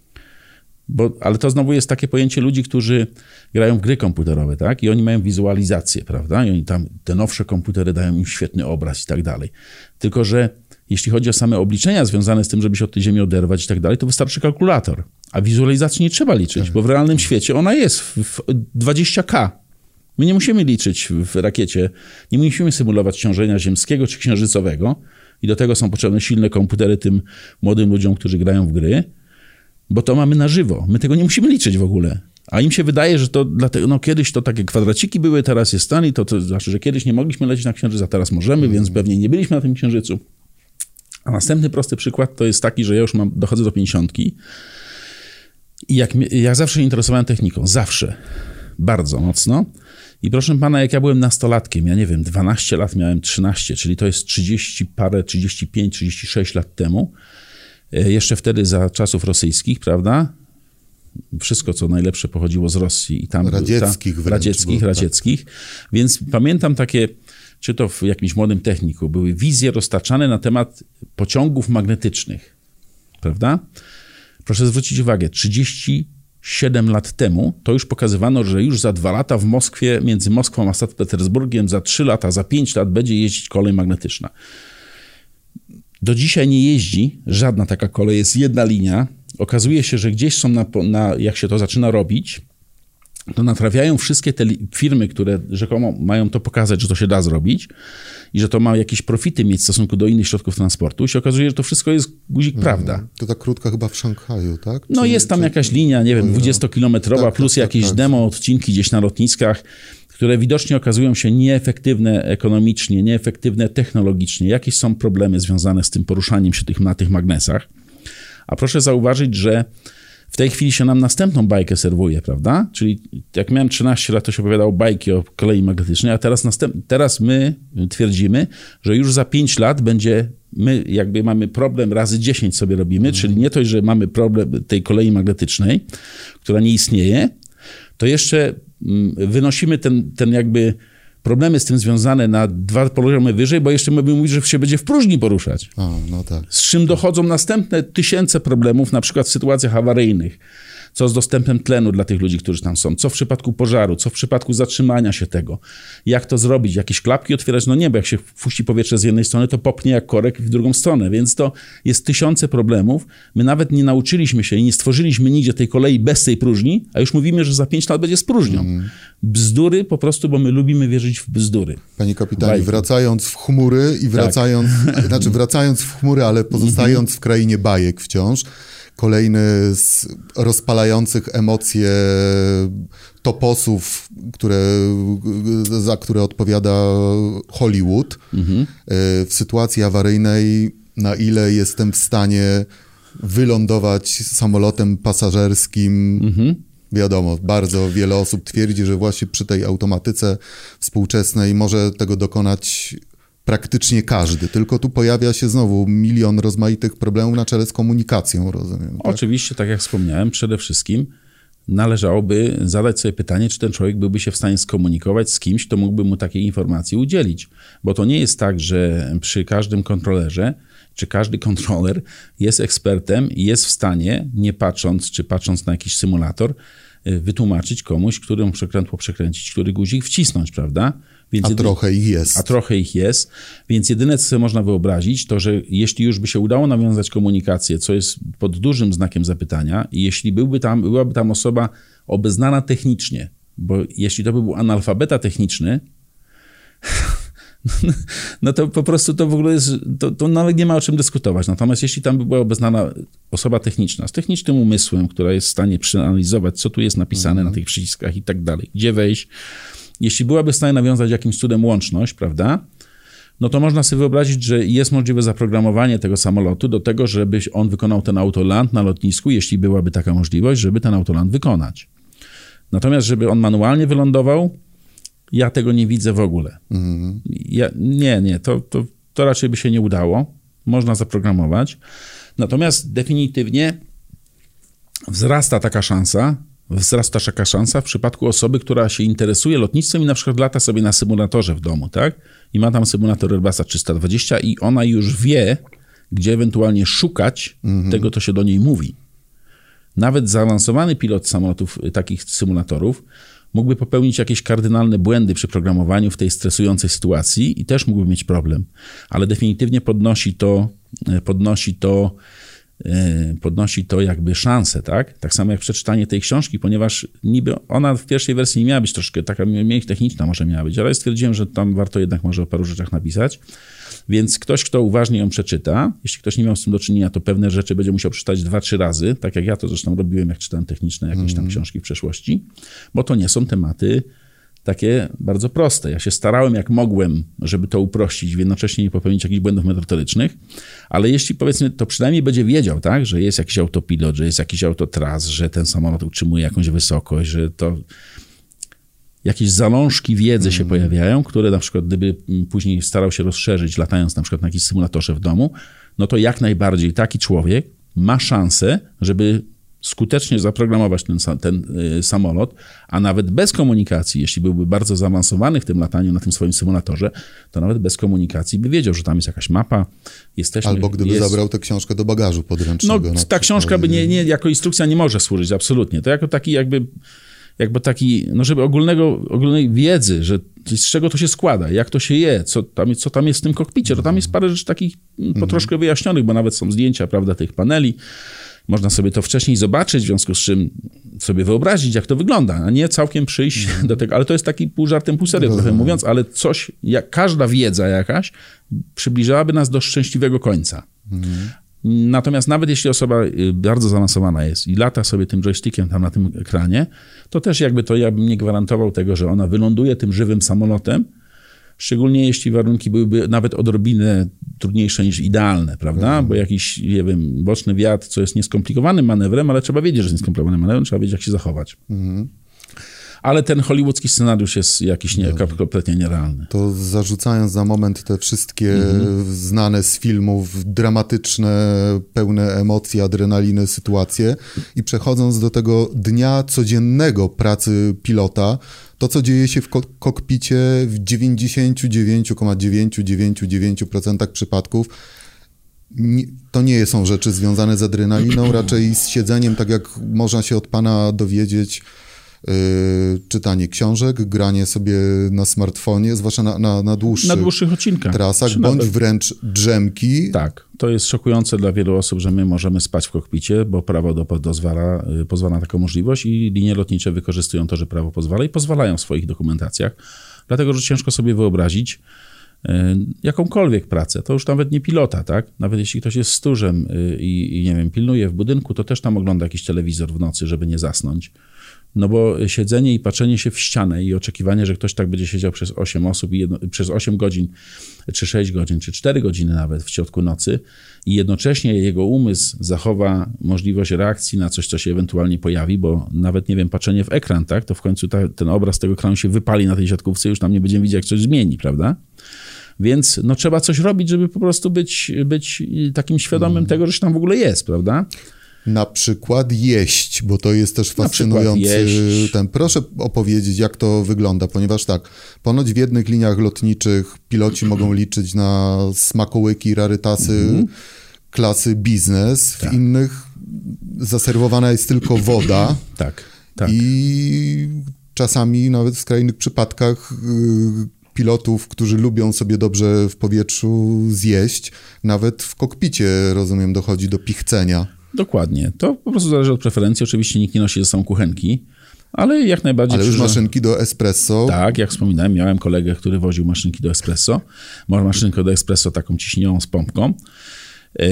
Bo, ale to znowu jest takie pojęcie ludzi, którzy grają w gry komputerowe, tak? I oni mają wizualizację, prawda? I oni tam, te nowsze komputery dają im świetny obraz i tak dalej. Tylko że jeśli chodzi o same obliczenia związane z tym, żeby się od tej ziemi oderwać i tak dalej, to wystarczy kalkulator. A wizualizacji nie trzeba liczyć, bo w realnym świecie ona jest w dwadzieścia ka. My nie musimy liczyć w rakiecie, nie musimy symulować ciążenia ziemskiego czy księżycowego i do tego są potrzebne silne komputery tym młodym ludziom, którzy grają w gry, bo to mamy na żywo. My tego nie musimy liczyć w ogóle. A im się wydaje, że to dlatego, no kiedyś to takie kwadraciki były, teraz jest stan i to, to znaczy, że kiedyś nie mogliśmy lecieć na Księżyc, a teraz możemy, mm. więc pewnie nie byliśmy na tym Księżycu. A następny prosty przykład to jest taki, że ja już mam, dochodzę do pięćdziesiątki i jak, ja zawsze się interesowałem techniką, zawsze, bardzo mocno. I proszę pana, jak ja byłem nastolatkiem, ja nie wiem, dwanaście lat miałem, trzynaście, czyli to jest trzydzieści parę, trzydzieści pięć, trzydzieści sześć lat temu, jeszcze wtedy za czasów rosyjskich, prawda? Wszystko, co najlepsze pochodziło z Rosji i tam... Radzieckich ta, Radzieckich, było, radzieckich. Tak. Więc pamiętam takie, czy to w jakimś młodym techniku, były wizje roztaczane na temat pociągów magnetycznych, prawda? Proszę zwrócić uwagę, trzydzieści siedem lat temu to już pokazywano, że już za dwa lata w Moskwie, między Moskwą a Sankt Petersburgiem, za trzy lata, za pięć lat będzie jeździć kolej magnetyczna. Do dzisiaj nie jeździ żadna taka kolej, jest jedna linia. Okazuje się, że gdzieś są, na, na, jak się to zaczyna robić, to natrafiają wszystkie te firmy, które rzekomo mają to pokazać, że to się da zrobić i że to ma jakieś profity mieć w stosunku do innych środków transportu. I się okazuje, że to wszystko jest guzik hmm. prawda. To ta krótka chyba w Szanghaju, tak? Czy, no jest tam czy, jakaś linia, nie wiem, dwudziestokilometrowa, tak, plus tak, jakieś tak, demo odcinki gdzieś na lotniskach, które widocznie okazują się nieefektywne ekonomicznie, nieefektywne technologicznie. Jakieś są problemy związane z tym poruszaniem się tych, na tych magnesach. A proszę zauważyć, że w tej chwili się nam następną bajkę serwuje, prawda? Czyli jak miałem trzynaście lat, to się opowiadało bajki o kolei magnetycznej, a teraz, następ... teraz my twierdzimy, że już za pięć lat będzie, my jakby mamy problem razy dziesięć sobie robimy, mm. czyli nie to, że mamy problem tej kolei magnetycznej, która nie istnieje, to jeszcze wynosimy ten, ten jakby problemy z tym związane na dwa poziomy wyżej, bo jeszcze my mówić, że się będzie w próżni poruszać. A, no tak. Z czym dochodzą następne tysiące problemów, na przykład w sytuacjach awaryjnych. Co z dostępem tlenu dla tych ludzi, którzy tam są? Co w przypadku pożaru? Co w przypadku zatrzymania się tego? Jak to zrobić? Jakieś klapki otwierać? No nie, bo jak się wpuści powietrze z jednej strony, to popnie jak korek w drugą stronę. Więc to jest tysiące problemów. My nawet nie nauczyliśmy się i nie stworzyliśmy nigdzie tej kolei bez tej próżni, a już mówimy, że za pięć lat będzie z próżnią. Mm. Bzdury po prostu, bo my lubimy wierzyć w bzdury. Panie kapitanie, Bajki. wracając w chmury i wracając, tak. znaczy wracając w chmury, ale pozostając w krainie bajek wciąż, kolejny z rozpalających emocje toposów, które, za które odpowiada Hollywood. Mhm. W sytuacji awaryjnej, na ile jestem w stanie wylądować samolotem pasażerskim, mhm. wiadomo, bardzo wiele osób twierdzi, że właśnie przy tej automatyce współczesnej może tego dokonać praktycznie każdy, tylko tu pojawia się znowu milion rozmaitych problemów na czele z komunikacją, rozumiem. Tak? Oczywiście, tak jak wspomniałem, przede wszystkim należałoby zadać sobie pytanie, czy ten człowiek byłby się w stanie skomunikować z kimś, kto mógłby mu takiej informacji udzielić. Bo to nie jest tak, że przy każdym kontrolerze, czy każdy kontroler jest ekspertem i jest w stanie, nie patrząc, czy patrząc na jakiś symulator, wytłumaczyć komuś, którym przekrętło przekręcić, który guzik wcisnąć, prawda? Więc a jedy... trochę ich jest. A trochę ich jest, więc jedyne, co sobie można wyobrazić, to, że jeśli już by się udało nawiązać komunikację, co jest pod dużym znakiem zapytania, i jeśli byłby tam, byłaby tam osoba obeznana technicznie, bo jeśli to by był analfabeta techniczny, no to po prostu to w ogóle jest, to, to nawet nie ma o czym dyskutować. Natomiast jeśli tam by była obeznana osoba techniczna, z technicznym umysłem, która jest w stanie przeanalizować, co tu jest napisane mm. na tych przyciskach i tak dalej, gdzie wejść, jeśli byłaby w stanie nawiązać jakimś cudem łączność, prawda, no to można sobie wyobrazić, że jest możliwe zaprogramowanie tego samolotu do tego, żeby on wykonał ten autoland na lotnisku, jeśli byłaby taka możliwość, żeby ten autoland wykonać. Natomiast, żeby on manualnie wylądował, ja tego nie widzę w ogóle. Mm. Ja, nie, nie, to, to, to raczej by się nie udało. Można zaprogramować. Natomiast definitywnie wzrasta taka szansa, wzrasta taka szansa w przypadku osoby, która się interesuje lotnictwem i na przykład lata sobie na symulatorze w domu, tak? I ma tam symulator Airbusa trzysta dwadzieścia i ona już wie, gdzie ewentualnie szukać mm-hmm. tego, co się do niej mówi. Nawet zaawansowany pilot samolotów, takich symulatorów, mógłby popełnić jakieś kardynalne błędy przy programowaniu w tej stresującej sytuacji i też mógłby mieć problem. Ale definitywnie podnosi to, podnosi to podnosi to jakby szansę, tak? Tak samo jak przeczytanie tej książki, ponieważ niby ona w pierwszej wersji nie miała być troszkę taka mniej techniczna, może miała być, ale stwierdziłem, że tam warto jednak może o paru rzeczach napisać. Więc ktoś, kto uważnie ją przeczyta, jeśli ktoś nie miał z tym do czynienia, to pewne rzeczy będzie musiał przeczytać dwa, trzy razy, tak jak ja to zresztą robiłem, jak czytałem techniczne jakieś tam książki w przeszłości, bo to nie są tematy takie bardzo proste. Ja się starałem jak mogłem, żeby to uprościć, jednocześnie nie popełnić jakichś błędów merytorycznych, ale jeśli powiedzmy, to przynajmniej będzie wiedział, tak, że jest jakiś autopilot, że jest jakiś autotras, że ten samolot utrzymuje jakąś wysokość, że to jakieś zalążki wiedzy mm. się pojawiają, które na przykład gdyby później starał się rozszerzyć, latając na przykład na jakimś symulatorze w domu, no to jak najbardziej taki człowiek ma szansę, żeby skutecznie zaprogramować ten, ten y, samolot, a nawet bez komunikacji, jeśli byłby bardzo zaawansowany w tym lataniu na tym swoim symulatorze, to nawet bez komunikacji by wiedział, że tam jest jakaś mapa. Jesteśmy, Albo gdyby jest... zabrał tę książkę do bagażu podręcznego. No ta książka by nie, nie, jako instrukcja nie może służyć, absolutnie. To jako taki jakby, jakby taki, no żeby ogólnego, ogólnej wiedzy, że z czego to się składa, jak to się je, co tam, co tam jest w tym kokpicie. To tam jest parę rzeczy takich mm. po troszkę wyjaśnionych, bo nawet są zdjęcia, prawda, tych paneli. Można sobie to wcześniej zobaczyć, w związku z czym sobie wyobrazić, jak to wygląda, a nie całkiem przyjść mm. do tego. Ale to jest taki pół żartem, pół serio trochę mówiąc, ale coś, jak każda wiedza jakaś przybliżałaby nas do szczęśliwego końca. Mm. Natomiast nawet jeśli osoba bardzo zaawansowana jest i lata sobie tym joystickiem tam na tym ekranie, to też jakby to ja bym nie gwarantował tego, że ona wyląduje tym żywym samolotem, szczególnie jeśli warunki byłyby nawet odrobinę trudniejsze niż idealne, prawda? Mhm. Bo jakiś, nie wiem, boczny wiatr, co jest nieskomplikowanym manewrem, ale trzeba wiedzieć, że jest nieskomplikowanym manewrem, trzeba wiedzieć, jak się zachować. Mhm. Ale ten hollywoodzki scenariusz jest jakiś nie, kompletnie nierealny. To zarzucając za moment te wszystkie mhm. znane z filmów, dramatyczne, pełne emocji, adrenaliny sytuacje i przechodząc do tego dnia codziennego pracy pilota, to, co dzieje się w kokpicie w dziewięćdziesiąt dziewięć przecinek dziewięćdziesiąt dziewięć dziewięć procent przypadków, nie, to nie są rzeczy związane z adrenaliną, raczej z siedzeniem, tak jak można się od pana dowiedzieć, yy, czytanie książek, granie sobie na smartfonie, zwłaszcza na, na, na, dłuższych, na dłuższych odcinkach. trasach, bądź nawet... wręcz drzemki. Tak, to jest szokujące dla wielu osób, że my możemy spać w kokpicie, bo prawo do, dozwala, pozwala na taką możliwość i linie lotnicze wykorzystują to, że prawo pozwala i pozwalają w swoich dokumentacjach, dlatego, że ciężko sobie wyobrazić jakąkolwiek pracę, to już nawet nie pilota, tak? Nawet jeśli ktoś jest stróżem i, i nie wiem, pilnuje w budynku, to też tam ogląda jakiś telewizor w nocy, żeby nie zasnąć. No bo siedzenie i patrzenie się w ścianę i oczekiwanie, że ktoś tak będzie siedział przez osiem osób i jedno, przez osiem godzin, czy sześć godzin, czy cztery godziny nawet w środku nocy i jednocześnie jego umysł zachowa możliwość reakcji na coś, co się ewentualnie pojawi, bo nawet, nie wiem, patrzenie w ekran, tak? To w końcu ta, ten obraz tego ekranu się wypali na tej siatkówce, już tam nie będziemy widzieć, jak coś zmieni, prawda? Więc no, trzeba coś robić, żeby po prostu być, być takim świadomym hmm. tego, że się tam w ogóle jest, prawda? Na przykład jeść, bo to jest też fascynujący ten. Proszę opowiedzieć, jak to wygląda, ponieważ tak, ponoć w jednych liniach lotniczych piloci mogą liczyć na smakołyki, rarytasy mm-hmm. klasy biznes, tak. W innych zaserwowana jest tylko woda. Tak, tak. I czasami nawet w skrajnych przypadkach pilotów, którzy lubią sobie dobrze w powietrzu zjeść, nawet w kokpicie, rozumiem, dochodzi do pichcenia. Dokładnie. To po prostu zależy od preferencji. Oczywiście nikt nie nosi ze sobą kuchenki, ale jak najbardziej... Ale już przy... maszynki do espresso. Tak, jak wspominałem, miałem kolegę, który woził maszynki do espresso. Może maszynkę do espresso taką ciśnieniową z pompką. Yy...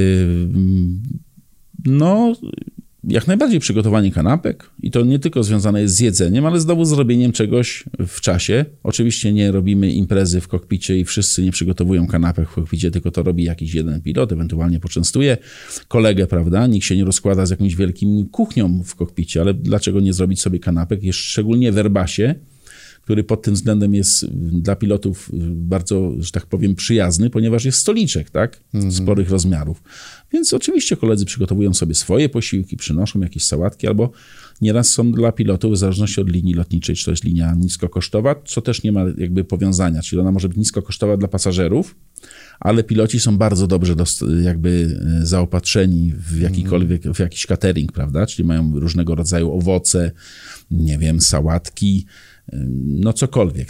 No... Jak najbardziej przygotowanie kanapek i to nie tylko związane jest z jedzeniem, ale znowu z robieniem czegoś w czasie. Oczywiście nie robimy imprezy w kokpicie i wszyscy nie przygotowują kanapek w kokpicie, tylko to robi jakiś jeden pilot, ewentualnie poczęstuje kolegę, prawda? Nikt się nie rozkłada z jakimś wielkim kuchnią w kokpicie, ale dlaczego nie zrobić sobie kanapek? Jest szczególnie w Airbusie, który pod tym względem jest dla pilotów bardzo, że tak powiem, przyjazny, ponieważ jest stoliczek, tak? Mm-hmm. Sporych rozmiarów. Więc oczywiście koledzy przygotowują sobie swoje posiłki, przynoszą jakieś sałatki, albo nieraz są dla pilotów, w zależności od linii lotniczej, czy to jest linia niskokosztowa, co też nie ma jakby powiązania, czyli ona może być niskokosztowa dla pasażerów, ale piloci są bardzo dobrze dost- jakby zaopatrzeni w jakikolwiek, w jakiś catering, prawda? Czyli mają różnego rodzaju owoce, nie wiem, sałatki, no cokolwiek, tak?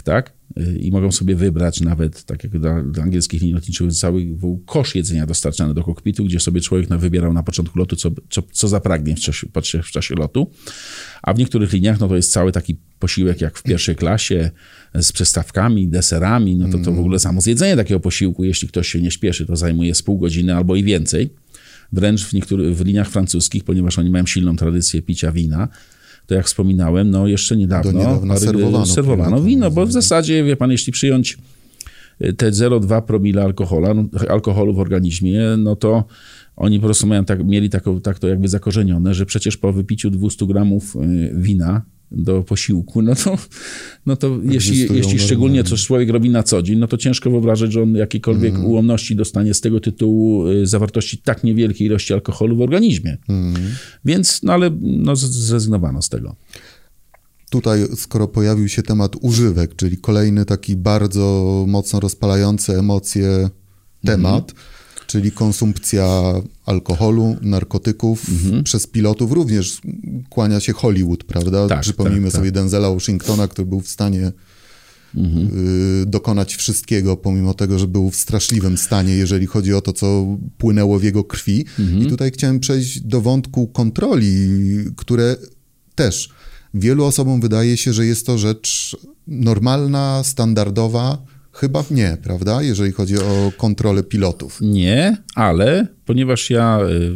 i mogą sobie wybrać nawet, tak jak dla, dla angielskich linii lotniczych, cały był kosz jedzenia dostarczany do kokpitu, gdzie sobie człowiek wybierał na początku lotu, co, co, co zapragnie w czasie, w czasie lotu. A w niektórych liniach no to jest cały taki posiłek jak w pierwszej klasie z przystawkami, deserami, no to to w ogóle samo zjedzenie takiego posiłku, jeśli ktoś się nie śpieszy, to zajmuje z pół godziny albo i więcej. Wręcz w niektórych w liniach francuskich, ponieważ oni mają silną tradycję picia wina, to jak wspominałem, no jeszcze niedawno, niedawna serwowano, serwowano wino, bo w zasadzie, wie pan, jeśli przyjąć te zero przecinek dwa promila alkohola, no, alkoholu w organizmie, no to oni po prostu mają tak, mieli tako, tak to jakby zakorzenione, że przecież po wypiciu dwieście gramów wina do posiłku, no to, no to jeśli, jeśli szczególnie coś człowiek robi na co dzień, no to ciężko wyobrazić, że on jakiekolwiek mm. ułomności dostanie z tego tytułu zawartości tak niewielkiej ilości alkoholu w organizmie. Mm. Więc, no ale no, zrezygnowano z tego. Tutaj, skoro pojawił się temat używek, czyli kolejny taki bardzo mocno rozpalający emocje temat, mm. czyli konsumpcja alkoholu, narkotyków mhm. przez pilotów. Również kłania się Hollywood, prawda? Tak, Przypomnijmy tak, sobie tak. Denzela Washingtona, który był w stanie mhm. y, dokonać wszystkiego, pomimo tego, że był w straszliwym stanie, jeżeli chodzi o to, co płynęło w jego krwi. Mhm. I tutaj chciałem przejść do wątku kontroli, które też wielu osobom wydaje się, że jest to rzecz normalna, standardowa. Chyba nie, prawda? Jeżeli chodzi o kontrolę pilotów. Nie, ale ponieważ ja y,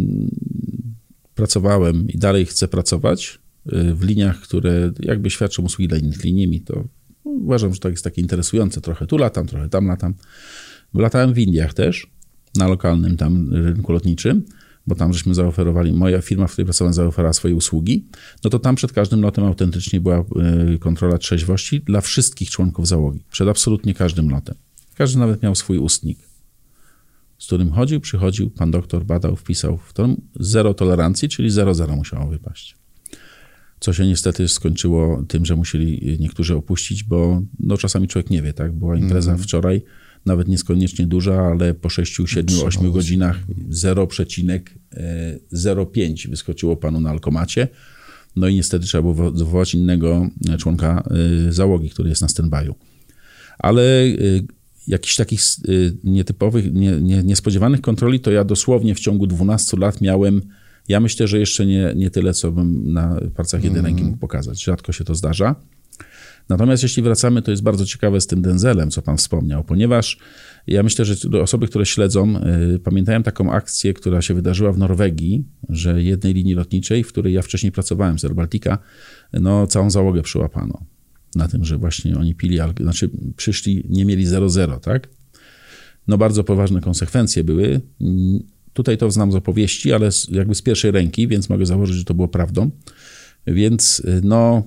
pracowałem i dalej chcę pracować y, w liniach, które jakby świadczą usługi dla innych linii, to uważam, że to jest takie interesujące. Trochę tu latam, trochę tam latam. Latałem w Indiach też, na lokalnym tam rynku lotniczym, bo tam żeśmy zaoferowali, moja firma, w której pracowałem, zaoferowała swoje usługi, no to tam przed każdym lotem autentycznie była kontrola trzeźwości dla wszystkich członków załogi. Przed absolutnie każdym lotem. Każdy nawet miał swój ustnik, z którym chodził, przychodził, pan doktor badał, wpisał, w to zero tolerancji, czyli zero zero musiało wypaść. Co się niestety skończyło tym, że musieli niektórzy opuścić, bo no czasami człowiek nie wie, tak? Była impreza mm. wczoraj, nawet niekoniecznie duża, ale po sześciu, siedmiu, ośmiu godzinach zero przecinek zero pięć wyskoczyło panu na alkomacie. No i niestety trzeba było zawołać innego członka załogi, który jest na stand-by'u. Ale jakichś takich nietypowych, nie, nie, niespodziewanych kontroli to ja dosłownie w ciągu dwunastu lat miałem, ja myślę, że jeszcze nie, nie tyle, co bym na palcach jednej ręki mógł pokazać. Rzadko się to zdarza. Natomiast jeśli wracamy, to jest bardzo ciekawe z tym Denzelem, co pan wspomniał, ponieważ ja myślę, że osoby, które śledzą, y, pamiętają taką akcję, która się wydarzyła w Norwegii, że jednej linii lotniczej, w której ja wcześniej pracowałem z Air Baltica, no całą załogę przyłapano na tym, że właśnie oni pili, znaczy przyszli, nie mieli zero zero, tak? No bardzo poważne konsekwencje były. Tutaj to znam z opowieści, ale jakby z pierwszej ręki, więc mogę założyć, że to było prawdą. Więc no...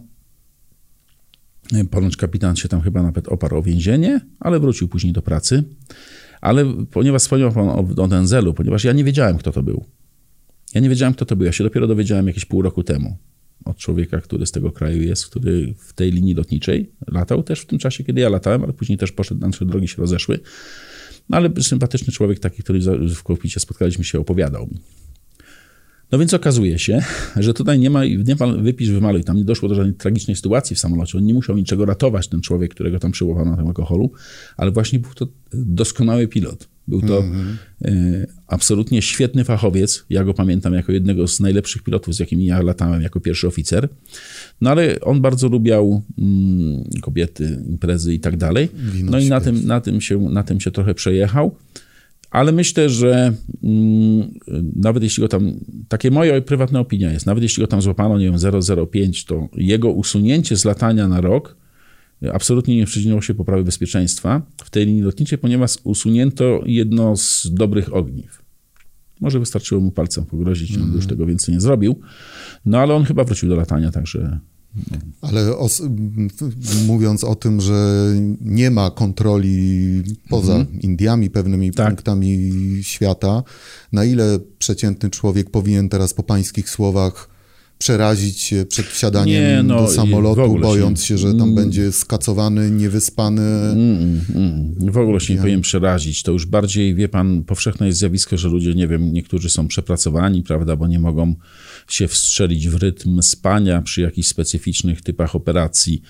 Ponoć kapitan się tam chyba nawet oparł o więzienie, ale wrócił później do pracy. Ale ponieważ wspomniał pan o, o Denzelu, ponieważ ja nie wiedziałem, kto to był. Ja nie wiedziałem, kto to był. Ja się dopiero dowiedziałem jakieś pół roku temu od człowieka, który z tego kraju jest, który w tej linii lotniczej latał też w tym czasie, kiedy ja latałem, ale później też poszedł, nasze drogi się rozeszły. No ale sympatyczny człowiek taki, który w kokpicie spotkaliśmy się, opowiadał mi. No więc okazuje się, że tutaj nie ma, nie ma wypisz, wymaluj, tam nie doszło do żadnej tragicznej sytuacji w samolocie. On nie musiał niczego ratować, ten człowiek, którego tam przyłapano na tym alkoholu, ale właśnie był to doskonały pilot. Był to mm-hmm. y, absolutnie świetny fachowiec. Ja go pamiętam jako jednego z najlepszych pilotów, z jakimi ja latałem jako pierwszy oficer. No ale on bardzo lubiał mm, kobiety, imprezy i tak dalej. No i na tym, na, tym się, na tym się trochę przejechał. Ale myślę, że mm, nawet jeśli go tam, takie moja prywatna opinia jest, nawet jeśli go tam złapano, nie wiem, zero zero pięć, to jego usunięcie z latania na rok absolutnie nie przyczyniło się poprawy bezpieczeństwa w tej linii lotniczej, ponieważ usunięto jedno z dobrych ogniw. Może wystarczyło mu palcem pogrozić, on mm. już tego więcej nie zrobił, no ale on chyba wrócił do latania, także... No. Ale os- mówiąc o tym, że nie ma kontroli poza mm. Indiami, pewnymi tak. punktami świata, na ile przeciętny człowiek powinien teraz po pańskich słowach przerazić się przed wsiadaniem nie, no, do samolotu, bojąc się, się że tam mm. będzie skacowany, niewyspany? Mm, mm. W ogóle się nie powinien przerazić. To już bardziej, wie pan, powszechne jest zjawisko, że ludzie, nie wiem, niektórzy są przepracowani, prawda, bo nie mogą się wstrzelić w rytm spania przy jakichś specyficznych typach operacji. To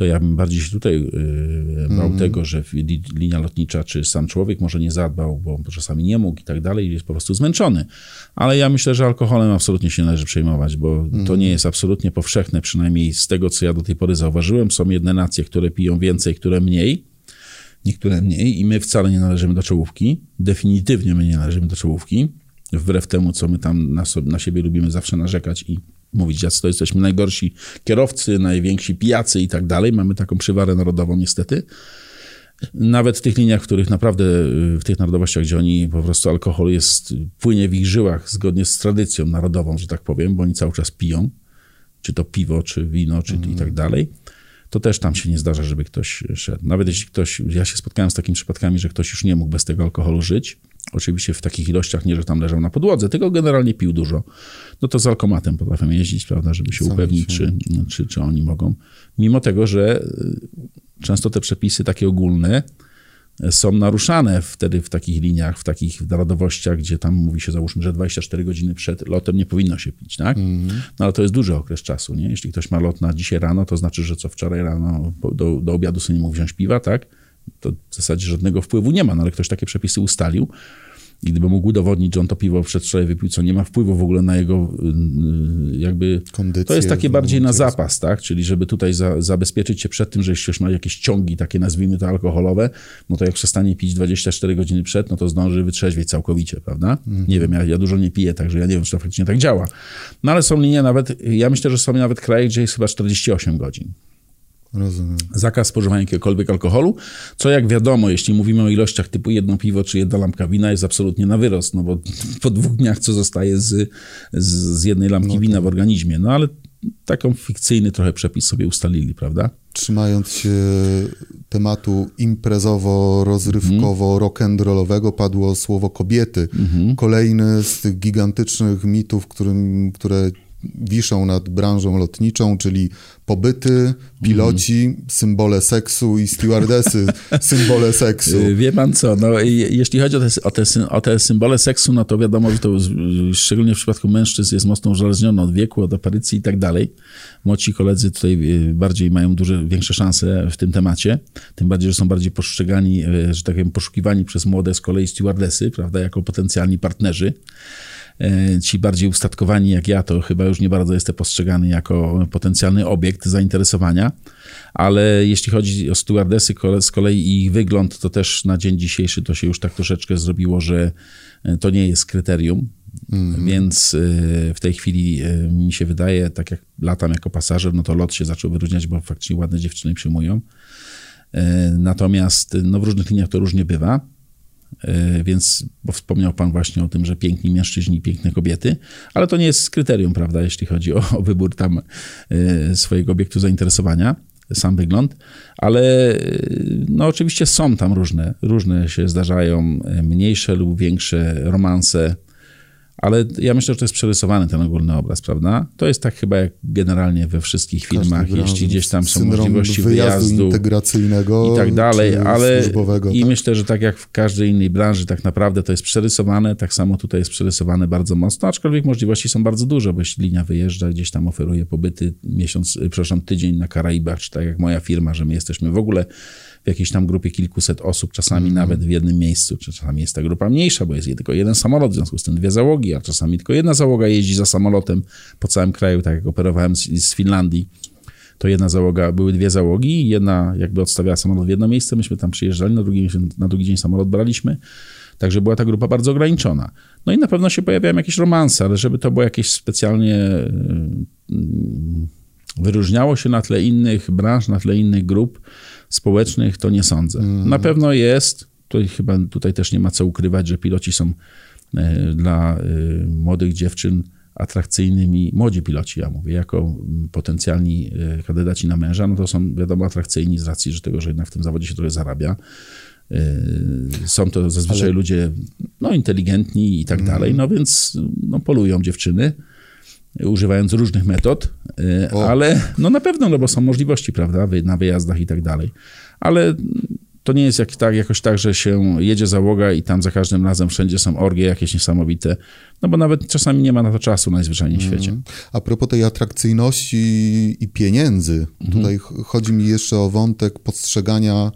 to ja bym bardziej się tutaj yy, bał Mm. tego, że li, linia lotnicza, czy sam człowiek może nie zadbał, bo czasami nie mógł i tak dalej, jest po prostu zmęczony. Ale ja myślę, że alkoholem absolutnie się nie należy przejmować, bo Mm. to nie jest absolutnie powszechne, przynajmniej z tego, co ja do tej pory zauważyłem. Są jedne nacje, które piją więcej, które mniej, niektóre mniej i my wcale nie należymy do czołówki. Definitywnie my nie należymy do czołówki, wbrew temu, co my tam na, sobie, na siebie lubimy zawsze narzekać i mówić, jacy to jesteśmy najgorsi kierowcy, najwięksi pijacy i tak dalej. Mamy taką przywarę narodową niestety. Nawet w tych liniach, w których naprawdę, w tych narodowościach, gdzie oni po prostu alkohol jest, płynie w ich żyłach zgodnie z tradycją narodową, że tak powiem, bo oni cały czas piją, czy to piwo, czy wino, czy mm. i tak dalej, to też tam się nie zdarza, żeby ktoś szedł. Nawet jeśli ktoś, ja się spotkałem z takimi przypadkami, że ktoś już nie mógł bez tego alkoholu żyć, oczywiście w takich ilościach, nie, że tam leżał na podłodze, tylko generalnie pił dużo, no to z alkomatem potrafią jeździć, prawda, żeby się Sam upewnić, się. Czy, czy, czy oni mogą. Mimo tego, że często te przepisy takie ogólne są naruszane wtedy w takich liniach, w takich narodowościach, gdzie tam mówi się, załóżmy, że dwadzieścia cztery godziny przed lotem nie powinno się pić, tak? Mm. No ale to jest duży okres czasu, nie? Jeśli ktoś ma lot na dzisiaj rano, to znaczy, że co wczoraj rano do, do obiadu sobie nie mógł wziąć piwa, tak? To w zasadzie żadnego wpływu nie ma, no ale ktoś takie przepisy ustalił i gdyby mógł udowodnić, że on to piwo przedwczoraj wypił, co nie ma wpływu w ogóle na jego jakby... Kondycję, to jest takie bardziej na zapas, tak? Czyli żeby tutaj za, zabezpieczyć się przed tym, że jeśli ktoś ma jakieś ciągi takie, nazwijmy to alkoholowe, no to jak przestanie pić dwadzieścia cztery godziny przed, no to zdąży wytrzeźwieć całkowicie, prawda? Mhm. Nie wiem, ja, ja dużo nie piję, także ja nie wiem, czy to faktycznie tak działa. No ale są linie nawet, ja myślę, że są nawet kraje, gdzie jest chyba czterdzieści osiem godzin. Rozumiem. Zakaz spożywania jakiegokolwiek alkoholu, co jak wiadomo, jeśli mówimy o ilościach typu jedno piwo czy jedna lampka wina, jest absolutnie na wyrost, no bo po dwóch dniach co zostaje z, z, z jednej lampki no wina tak. w organizmie. No ale taką fikcyjny trochę przepis sobie ustalili, prawda? Trzymając się tematu imprezowo-rozrywkowo, mm. rock'n'rollowego, padło słowo kobiety. Mm-hmm. Kolejny z tych gigantycznych mitów, którym, które wiszą nad branżą lotniczą, czyli pobyty, piloci, mm. symbole seksu i stewardesy, symbole seksu. Wie pan co, no, jeśli chodzi o te, o, te, o te symbole seksu, no to wiadomo, że to szczególnie w przypadku mężczyzn jest mocno uzależnione od wieku, od aparycji i tak dalej. Młodsi koledzy tutaj bardziej mają duże, większe szanse w tym temacie, tym bardziej, że są bardziej postrzegani, że tak powiem, poszukiwani przez młode z kolei stewardesy, prawda, jako potencjalni partnerzy. Ci bardziej ustatkowani jak ja, to chyba już nie bardzo jestem postrzegany jako potencjalny obiekt zainteresowania, ale jeśli chodzi o stewardesy z kolei i ich wygląd, to też na dzień dzisiejszy to się już tak troszeczkę zrobiło, że to nie jest kryterium, mm-hmm. więc w tej chwili mi się wydaje, tak jak latam jako pasażer, no to lot się zaczął wyróżniać, bo faktycznie ładne dziewczyny przyjmują. Natomiast no, w różnych liniach to różnie bywa. Więc, bo wspomniał pan właśnie o tym, że piękni mężczyźni, piękne kobiety, ale to nie jest kryterium, prawda, jeśli chodzi o, o wybór tam swojego obiektu zainteresowania, sam wygląd, ale no oczywiście są tam różne, różne się zdarzają, mniejsze lub większe romanse, ale ja myślę, że to jest przerysowany ten ogólny obraz, prawda? To jest tak chyba jak generalnie we wszystkich filmach, jeśli gdzieś tam są możliwości wyjazdu, wyjazdu integracyjnego i tak dalej, ale i tak? myślę, że tak jak w każdej innej branży tak naprawdę to jest przerysowane, tak samo tutaj jest przerysowane bardzo mocno, aczkolwiek możliwości są bardzo duże, bo jeśli linia wyjeżdża, gdzieś tam oferuje pobyty miesiąc, przepraszam, tydzień na Karaibach, czy tak jak moja firma, że my jesteśmy w ogóle w jakiejś tam grupie kilkuset osób, czasami mm. nawet w jednym miejscu, czy czasami jest ta grupa mniejsza, bo jest tylko jeden samolot, w związku z tym dwie załogi, a czasami tylko jedna załoga jeździ za samolotem po całym kraju, tak jak operowałem z, z Finlandii, to jedna załoga, były dwie załogi, jedna jakby odstawiała samolot w jedno miejsce, myśmy tam przyjeżdżali, na drugi, na drugi dzień samolot braliśmy, także była ta grupa bardzo ograniczona. No i na pewno się pojawiają jakieś romanse, ale żeby to było jakieś specjalnie wyróżniało się na tle innych branż, na tle innych grup społecznych, to nie sądzę. Mm. Na pewno jest, to chyba tutaj też nie ma co ukrywać, że piloci są dla młodych dziewczyn atrakcyjnymi, młodzi piloci, ja mówię, jako potencjalni kandydaci na męża, no to są wiadomo atrakcyjni z racji, że tego, że jednak w tym zawodzie się trochę zarabia. Są to zazwyczaj Ale... ludzie no, inteligentni i tak mm. dalej, no więc no, polują dziewczyny, używając różnych metod, o. ale no na pewno, no bo są możliwości, prawda, na wyjazdach i tak dalej. Ale to nie jest jak, tak, jakoś tak, że się jedzie załoga i tam za każdym razem wszędzie są orgie jakieś niesamowite, no bo nawet czasami nie ma na to czasu najzwyczajniej w świecie. Mm. A propos tej atrakcyjności i pieniędzy, mm. tutaj chodzi mi jeszcze o wątek postrzegania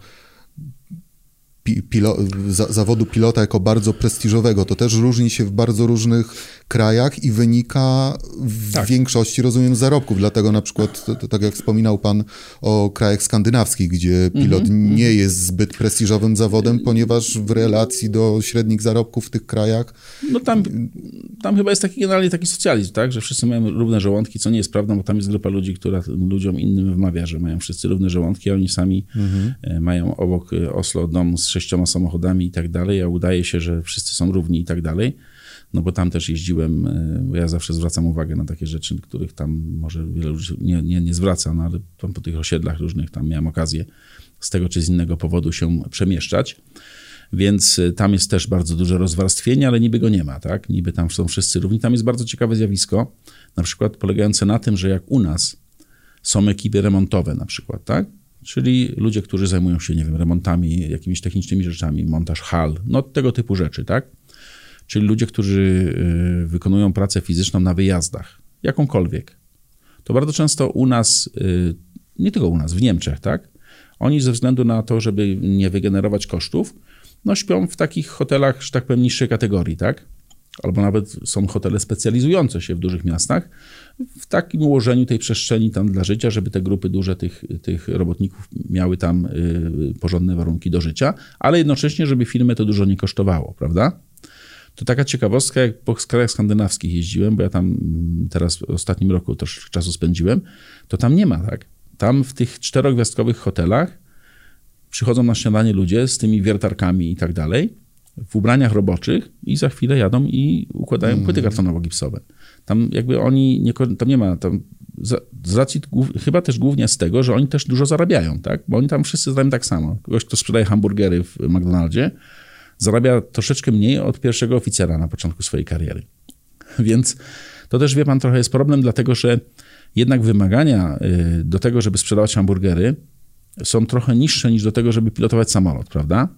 Pilo, za, zawodu pilota jako bardzo prestiżowego. To też różni się w bardzo różnych krajach i wynika w tak. większości, rozumiem, z zarobków. Dlatego na przykład, to, to, tak jak wspominał pan o krajach skandynawskich, gdzie pilot mm-hmm. nie jest zbyt prestiżowym zawodem, ponieważ w relacji do średnich zarobków w tych krajach... No tam, tam chyba jest taki generalnie taki socjalizm, tak, że wszyscy mają równe żołądki, co nie jest prawdą, bo tam jest grupa ludzi, która ludziom innym wmawia, że mają wszyscy równe żołądki, a oni sami mm-hmm. mają obok Oslo dom z sześcioma samochodami i tak dalej, a udaje się, że wszyscy są równi i tak dalej. No bo tam też jeździłem, bo ja zawsze zwracam uwagę na takie rzeczy, których tam może wiele ludzi nie, nie, nie zwraca, no ale tam po tych osiedlach różnych tam miałem okazję z tego czy z innego powodu się przemieszczać. Więc tam jest też bardzo duże rozwarstwienie, ale niby go nie ma, tak? Niby tam są wszyscy równi. Tam jest bardzo ciekawe zjawisko, na przykład polegające na tym, że jak u nas są ekipy remontowe na przykład, tak? Czyli ludzie, którzy zajmują się, nie wiem, remontami, jakimiś technicznymi rzeczami, montaż hal, no tego typu rzeczy, tak? Czyli ludzie, którzy y, wykonują pracę fizyczną na wyjazdach, jakąkolwiek. To bardzo często u nas, y, nie tylko u nas, w Niemczech, tak? Oni ze względu na to, żeby nie wygenerować kosztów, no śpią w takich hotelach, że tak powiem, niższej kategorii, tak? Albo nawet są hotele specjalizujące się w dużych miastach, w takim ułożeniu tej przestrzeni tam dla życia, żeby te grupy duże tych, tych robotników miały tam y, porządne warunki do życia, ale jednocześnie, żeby firmę to dużo nie kosztowało, prawda? To taka ciekawostka, jak po krajach skandynawskich jeździłem, bo ja tam teraz w ostatnim roku troszkę czasu spędziłem, to tam nie ma, tak? Tam w tych czterogwiazdkowych hotelach przychodzą na śniadanie ludzie z tymi wiertarkami i tak dalej, w ubraniach roboczych i za chwilę jadą i układają mm. płyty kartonowo-gipsowe. Tam jakby oni, nie, tam nie ma, tam z, z racji chyba też głównie z tego, że oni też dużo zarabiają, tak? Bo oni tam wszyscy zarabiają tak samo. Kogoś, kto sprzedaje hamburgery w McDonaldzie, zarabia troszeczkę mniej od pierwszego oficera na początku swojej kariery. Więc to też, wie pan, trochę jest problem, dlatego że jednak wymagania do tego, żeby sprzedawać hamburgery, są trochę niższe niż do tego, żeby pilotować samolot, prawda?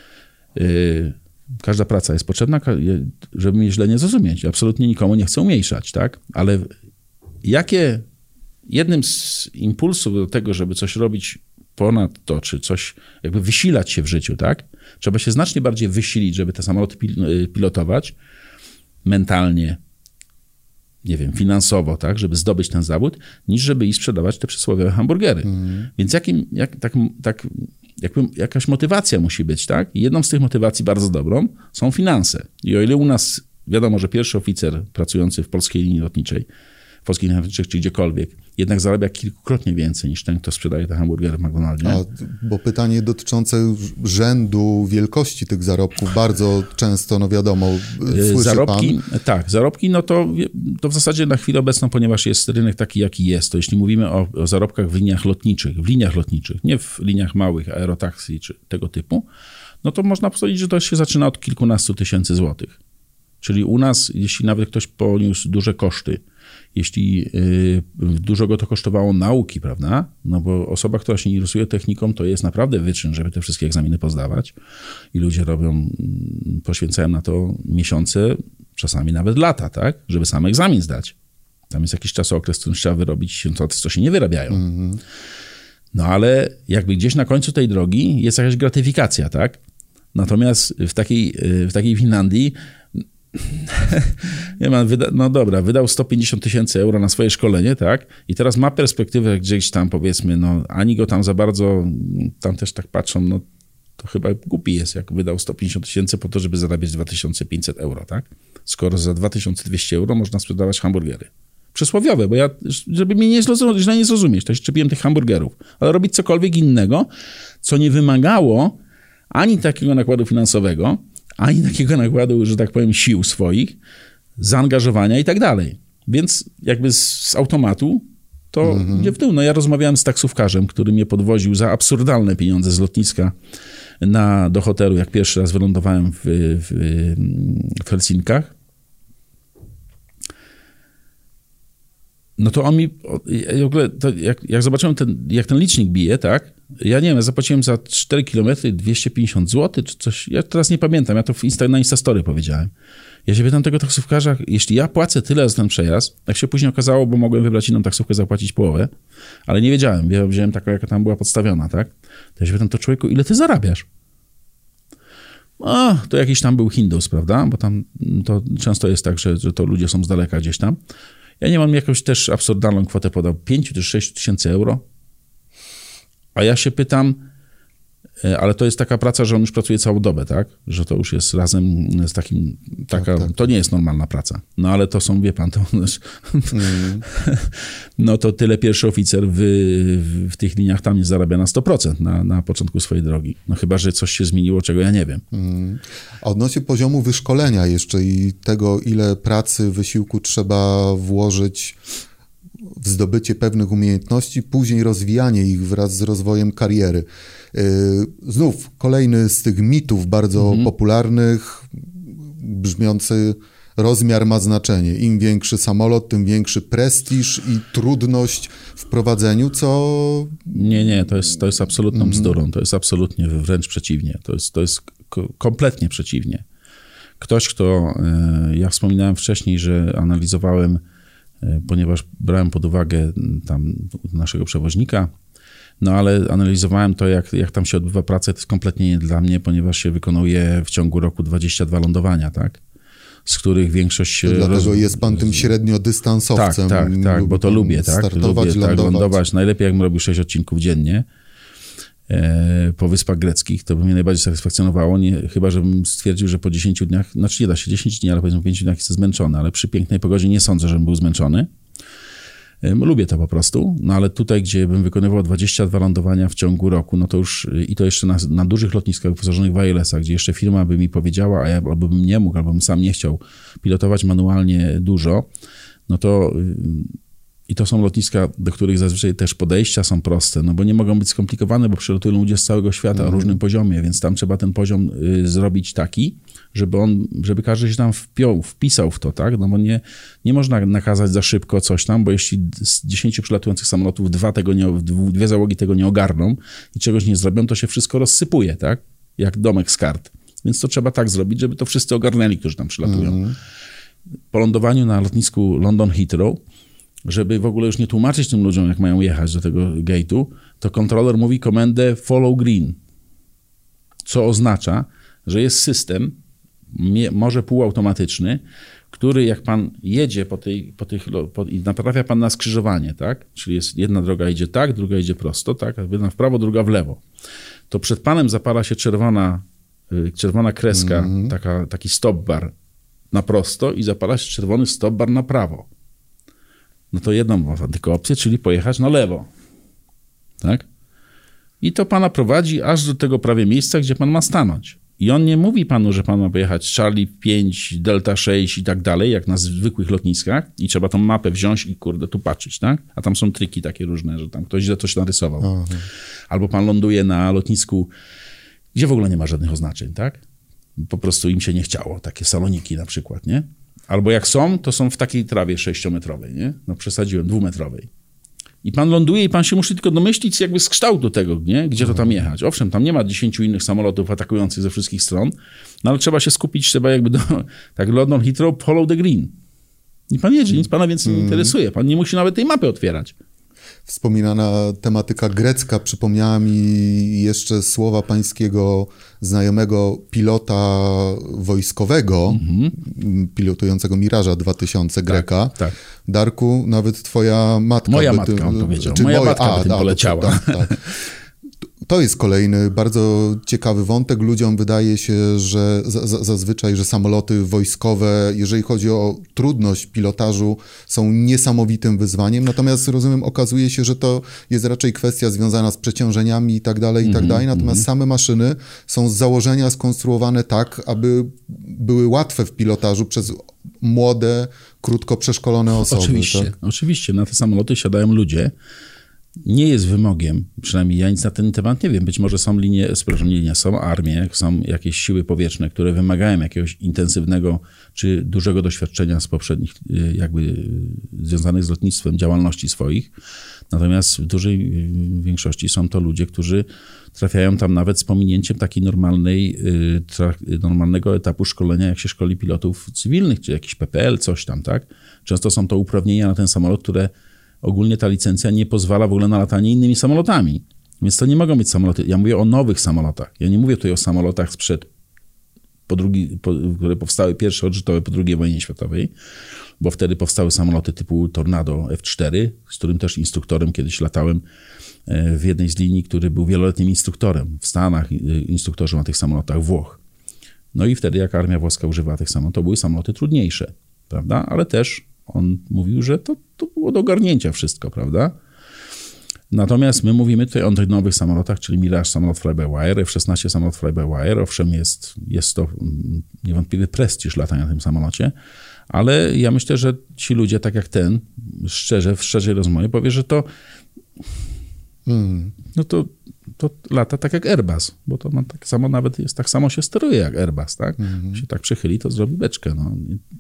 Każda praca jest potrzebna, żeby mnie źle nie zrozumieć. Absolutnie nikomu nie chcę umniejszać, tak? Ale jakie jednym z impulsów do tego, żeby coś robić ponad to, czy coś jakby wysilać się w życiu, tak? Trzeba się znacznie bardziej wysilić, żeby te samoloty pilotować mentalnie, nie wiem, finansowo, tak, żeby zdobyć ten zawód, niż żeby iść sprzedawać te przysłowiowe hamburgery. Mm. Więc jakim, jak, tak, tak, jakby jakaś motywacja musi być, tak? I jedną z tych motywacji bardzo dobrą są finanse. I o ile u nas wiadomo, że pierwszy oficer pracujący w polskiej linii lotniczej, w polskich linii lotniczych czy gdziekolwiek, jednak zarabia kilkukrotnie więcej niż ten, kto sprzedaje te hamburgery w McDonaldzie. A, bo pytanie dotyczące rzędu wielkości tych zarobków bardzo często, no wiadomo, słyszy zarobki, pan. Tak, zarobki, no to, to w zasadzie na chwilę obecną, ponieważ jest rynek taki, jaki jest, to jeśli mówimy o, o zarobkach w liniach lotniczych, w liniach lotniczych, nie w liniach małych, aerotaxi czy tego typu, no to można powiedzieć, że to się zaczyna od kilkunastu tysięcy złotych. Czyli u nas, jeśli nawet ktoś poniósł duże koszty, jeśli y, dużo go to kosztowało nauki, prawda? No bo osoba, która się interesuje techniką, to jest naprawdę wyczyn, żeby te wszystkie egzaminy pozdawać. I ludzie robią, poświęcają na to miesiące, czasami nawet lata, tak? Żeby sam egzamin zdać. Tam jest jakiś czasokres, w którym trzeba wyrobić to, co się nie wyrabiają. Mm-hmm. No ale jakby gdzieś na końcu tej drogi jest jakaś gratyfikacja, tak? Natomiast w takiej, w takiej Finlandii nie ma, wyda, no dobra, wydał sto pięćdziesiąt tysięcy euro na swoje szkolenie, tak? I teraz ma perspektywę gdzieś tam, powiedzmy, no ani go tam za bardzo, tam też tak patrzą, no to chyba głupi jest, jak wydał sto pięćdziesiąt tysięcy po to, żeby zarabiać dwa tysiące pięćset euro, tak? Skoro za dwa tysiące dwieście euro można sprzedawać hamburgery. Przysłowiowe, bo ja, żeby mnie nie zrozumieć, źle nie zrozumieć, to jeszcze piłem tych hamburgerów, ale robić cokolwiek innego, co nie wymagało ani takiego nakładu finansowego, ani takiego nakładu, że tak powiem, sił swoich, zaangażowania i tak dalej. Więc jakby z, z automatu to mm-hmm. idzie w dół. No ja rozmawiałem z taksówkarzem, który mnie podwoził za absurdalne pieniądze z lotniska na, do hotelu, jak pierwszy raz wylądowałem w, w, w Helsinkach. No to on mi, w ogóle, to jak, jak zobaczyłem, ten, jak ten licznik bije, tak, ja nie wiem, ja zapłaciłem za cztery kilometry dwieście pięćdziesiąt złotych, czy coś, ja teraz nie pamiętam, ja to w Insta, na Instastory powiedziałem. Ja się pytam tego taksówkarza, jeśli ja płacę tyle za ten przejazd, jak się później okazało, bo mogłem wybrać inną taksówkę, zapłacić połowę, ale nie wiedziałem, ja wziąłem taką, jaka tam była podstawiona, tak, to ja się pytam, to człowieku, ile ty zarabiasz? O, to jakiś tam był Hindus, prawda, bo tam to często jest tak, że, że to ludzie są z daleka gdzieś tam. Ja nie mam jakąś też absurdalną kwotę, podał pięć czy sześć tysięcy euro. A ja się pytam, ale to jest taka praca, że on już pracuje całą dobę, tak? Że to już jest razem z takim, taka, tak, tak. To nie jest normalna praca. No ale to są, wie pan, to mm. no to tyle pierwszy oficer w, w, w tych liniach tam nie zarabia na sto procent na, na początku swojej drogi. No chyba, że coś się zmieniło, czego ja nie wiem. Mm. A odnośnie poziomu wyszkolenia jeszcze i tego, ile pracy, wysiłku trzeba włożyć w zdobycie pewnych umiejętności, później rozwijanie ich wraz z rozwojem kariery. Znów kolejny z tych mitów bardzo mhm. popularnych, brzmiący rozmiar ma znaczenie. Im większy samolot, tym większy prestiż i trudność w prowadzeniu, co... Nie, nie, to jest, to jest absolutną mhm. bzdurą. To jest absolutnie wręcz przeciwnie. To jest, to jest kompletnie przeciwnie. Ktoś, kto... Ja wspominałem wcześniej, że analizowałem, ponieważ brałem pod uwagę tam naszego przewoźnika, no ale analizowałem to, jak, jak tam się odbywa praca, to jest kompletnie nie dla mnie, ponieważ się wykonuje w ciągu roku dwadzieścia dwa lądowania, tak? Z których większość... To dlatego roz... jest pan tym średniodystansowcem. Tak, tak, tak, bo to lubię, tak? Startować, lubię lądować. Tak, lądować. Najlepiej, jakbym robił sześć odcinków dziennie e, po Wyspach Greckich, to by mnie najbardziej satysfakcjonowało, nie, chyba żebym stwierdził, że po dziesięciu dniach, znaczy nie da się dziesięć dni, ale powiedzmy pięciu dniach jestem zmęczony, ale przy pięknej pogodzie nie sądzę, żebym był zmęczony. Lubię to po prostu, no ale tutaj, gdzie bym wykonywał dwadzieścia dwa lądowania w ciągu roku, no to już i to jeszcze na, na dużych lotniskach wyposażonych w I L S-ach, gdzie jeszcze firma by mi powiedziała, a ja albo bym nie mógł, albo bym sam nie chciał pilotować manualnie dużo, no to i to są lotniska, do których zazwyczaj też podejścia są proste, no bo nie mogą być skomplikowane, bo przylatują ludzie z całego świata mm. o różnym poziomie, więc tam trzeba ten poziom y, zrobić taki, żeby on, żeby każdy się tam wpiął, wpisał w to, tak? No bo nie, nie można nakazać za szybko coś tam, bo jeśli z dziesięciu przylatujących samolotów dwa tego nie, dwie załogi tego nie ogarną i czegoś nie zrobią, to się wszystko rozsypuje, tak? Jak domek z kart. Więc to trzeba tak zrobić, żeby to wszyscy ogarnęli, którzy tam przylatują. Mm. Po lądowaniu na lotnisku London Heathrow, żeby w ogóle już nie tłumaczyć tym ludziom, jak mają jechać do tego gate'u, to kontroler mówi komendę follow green, co oznacza, że jest system, może półautomatyczny, który jak pan jedzie po tej, po tych, po, i naprawia pan na skrzyżowanie, tak? Czyli jest jedna droga idzie tak, druga idzie prosto, tak? Jedna w prawo, druga w lewo. To przed panem zapala się czerwona, czerwona kreska, mm-hmm. taka, taki stop bar na prosto i zapala się czerwony stop bar na prawo. No to jedną ma pan tylko opcję, czyli pojechać na lewo. Tak? I to pana prowadzi aż do tego prawie miejsca, gdzie pan ma stanąć. I on nie mówi panu, że pan ma pojechać Charlie pięć, Delta sześć i tak dalej, jak na zwykłych lotniskach i trzeba tą mapę wziąć i kurde tu patrzeć, tak? A tam są triki takie różne, że tam ktoś źle coś narysował. Aha. Albo pan ląduje na lotnisku, gdzie w ogóle nie ma żadnych oznaczeń, tak? Po prostu im się nie chciało. Takie saloniki na przykład, nie? Albo jak są, to są w takiej trawie sześciometrowej, nie? No przesadziłem, dwumetrowej. I pan ląduje i pan się musi tylko domyślić jakby z kształtu tego, nie? Gdzie to tam jechać. Owszem, tam nie ma dziesięciu innych samolotów atakujących ze wszystkich stron, no ale trzeba się skupić, trzeba jakby do, tak London Heathrow, follow the green. I pan jedzie, nic pana więcej nie interesuje. Pan nie musi nawet tej mapy otwierać. Wspominana tematyka grecka przypomniała mi jeszcze słowa pańskiego znajomego pilota wojskowego, mm-hmm. pilotującego Miraża dwa tysiące Greka. Tak, tak. Darku, nawet twoja matka... Moja by matka, ty, on powiedział. Moja moja matka a, by tym a, poleciała. To, tak, tak. To jest kolejny bardzo ciekawy wątek. Ludziom wydaje się, że z, z, zazwyczaj, że samoloty wojskowe, jeżeli chodzi o trudność pilotażu, są niesamowitym wyzwaniem. Natomiast, rozumiem, okazuje się, że to jest raczej kwestia związana z przeciążeniami i tak dalej, i tak dalej. Natomiast mm-hmm. same maszyny są z założenia skonstruowane tak, aby były łatwe w pilotażu przez młode, krótko przeszkolone osoby. Oczywiście, tak? oczywiście. Na te samoloty siadają ludzie, nie jest wymogiem, przynajmniej ja nic na ten temat nie wiem, być może są linie, przepraszam, nie linie, są armie, są jakieś siły powietrzne, które wymagają jakiegoś intensywnego czy dużego doświadczenia z poprzednich, jakby związanych z lotnictwem działalności swoich. Natomiast w dużej większości są to ludzie, którzy trafiają tam nawet z pominięciem takiej normalnej, normalnego etapu szkolenia, jak się szkoli pilotów cywilnych, czy jakiś P P L, coś tam, tak? Często są to uprawnienia na ten samolot, które ogólnie ta licencja nie pozwala w ogóle na latanie innymi samolotami. Więc to nie mogą być samoloty. Ja mówię o nowych samolotach. Ja nie mówię tutaj o samolotach sprzed, po drugi, po, które powstały pierwsze odrzutowe po drugiej wojnie światowej, bo wtedy powstały samoloty typu Tornado F cztery, z którym też instruktorem kiedyś latałem w jednej z linii, który był wieloletnim instruktorem. W Stanach instruktorzy na tych samolotach Włoch. No i wtedy, jak armia włoska używała tych samolotów, to były samoloty trudniejsze, prawda? Ale też on mówił, że to, to było do ogarnięcia wszystko, prawda? Natomiast my mówimy tutaj o tych nowych samolotach, czyli Mirage samolot fly-by-wire, F szesnaście samolot fly-by-wire. Owszem, jest, jest to niewątpliwy prestiż latania na tym samolocie, ale ja myślę, że ci ludzie, tak jak ten, szczerze, w szczerej rozmowie powie, że to hmm. no to, to lata tak jak Airbus, bo to ma tak samo, nawet jest tak samo się steruje jak Airbus, tak? Hmm. Się tak przychyli, to zrobi beczkę, no.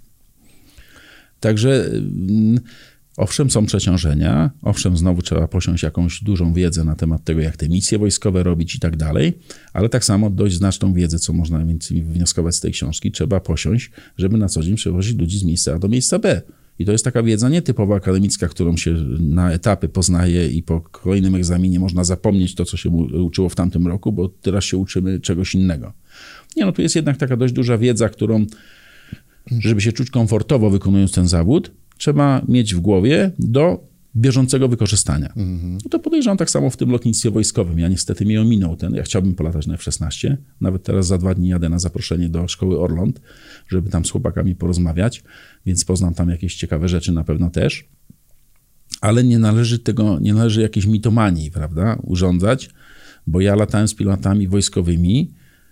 Także owszem, są przeciążenia, owszem, znowu trzeba posiąść jakąś dużą wiedzę na temat tego, jak te misje wojskowe robić i tak dalej, ale tak samo dość znaczną wiedzę, co można więcej wywnioskować z tej książki, trzeba posiąść, żeby na co dzień przewozić ludzi z miejsca A do miejsca B. I to jest taka wiedza nietypowo akademicka, którą się na etapy poznaje i po kolejnym egzaminie można zapomnieć to, co się uczyło w tamtym roku, bo teraz się uczymy czegoś innego. Nie, no tu jest jednak taka dość duża wiedza, którą żeby się czuć komfortowo wykonując ten zawód, trzeba mieć w głowie do bieżącego wykorzystania. Mm-hmm. No to podejrzewam tak samo w tym lotnictwie wojskowym. Ja niestety mnie ominął ten, ja chciałbym polatać na F szesnaście. Nawet teraz za dwa dni jadę na zaproszenie do szkoły Orląt, żeby tam z chłopakami porozmawiać, więc poznam tam jakieś ciekawe rzeczy na pewno też. Ale nie należy tego, nie należy jakiejś mitomanii, prawda, urządzać, bo ja latałem z pilotami wojskowymi,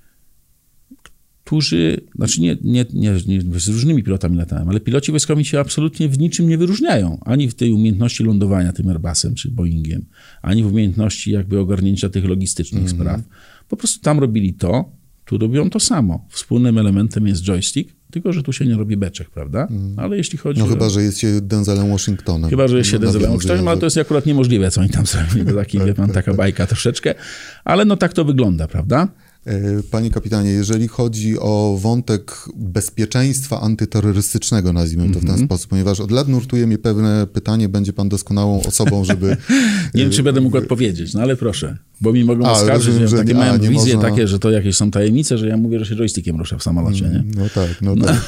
którzy, znaczy nie, nie, nie, nie z różnymi pilotami latałem, ale piloci wojskowi się absolutnie w niczym nie wyróżniają. Ani w tej umiejętności lądowania tym Airbusem czy Boeingiem, ani w umiejętności jakby ogarnięcia tych logistycznych mm-hmm. spraw. Po prostu tam robili to, tu robią to samo. Wspólnym elementem jest joystick, tylko że tu się nie robi beczek, prawda? Mm. Ale jeśli chodzi No o... chyba, że jest się Denzelem Washingtonem. Chyba, że jest się no, Denzelem Washingtonem, ale to jest akurat niemożliwe, co oni tam zrobili. To taki, wie pan, taka bajka troszeczkę. Ale no tak to wygląda, prawda? Panie kapitanie, jeżeli chodzi o wątek bezpieczeństwa antyterrorystycznego, nazwijmy to w ten mm-hmm. sposób, ponieważ od lat nurtuje mnie pewne pytanie, będzie pan doskonałą osobą, żeby... nie wiem, czy będę mógł odpowiedzieć, no ale proszę, bo mi mogą oskarżyć, że, że takie mają wizje można... takie, że to jakieś są tajemnice, że ja mówię, że się joystickiem ruszę w samolocie, nie? No tak, no tak.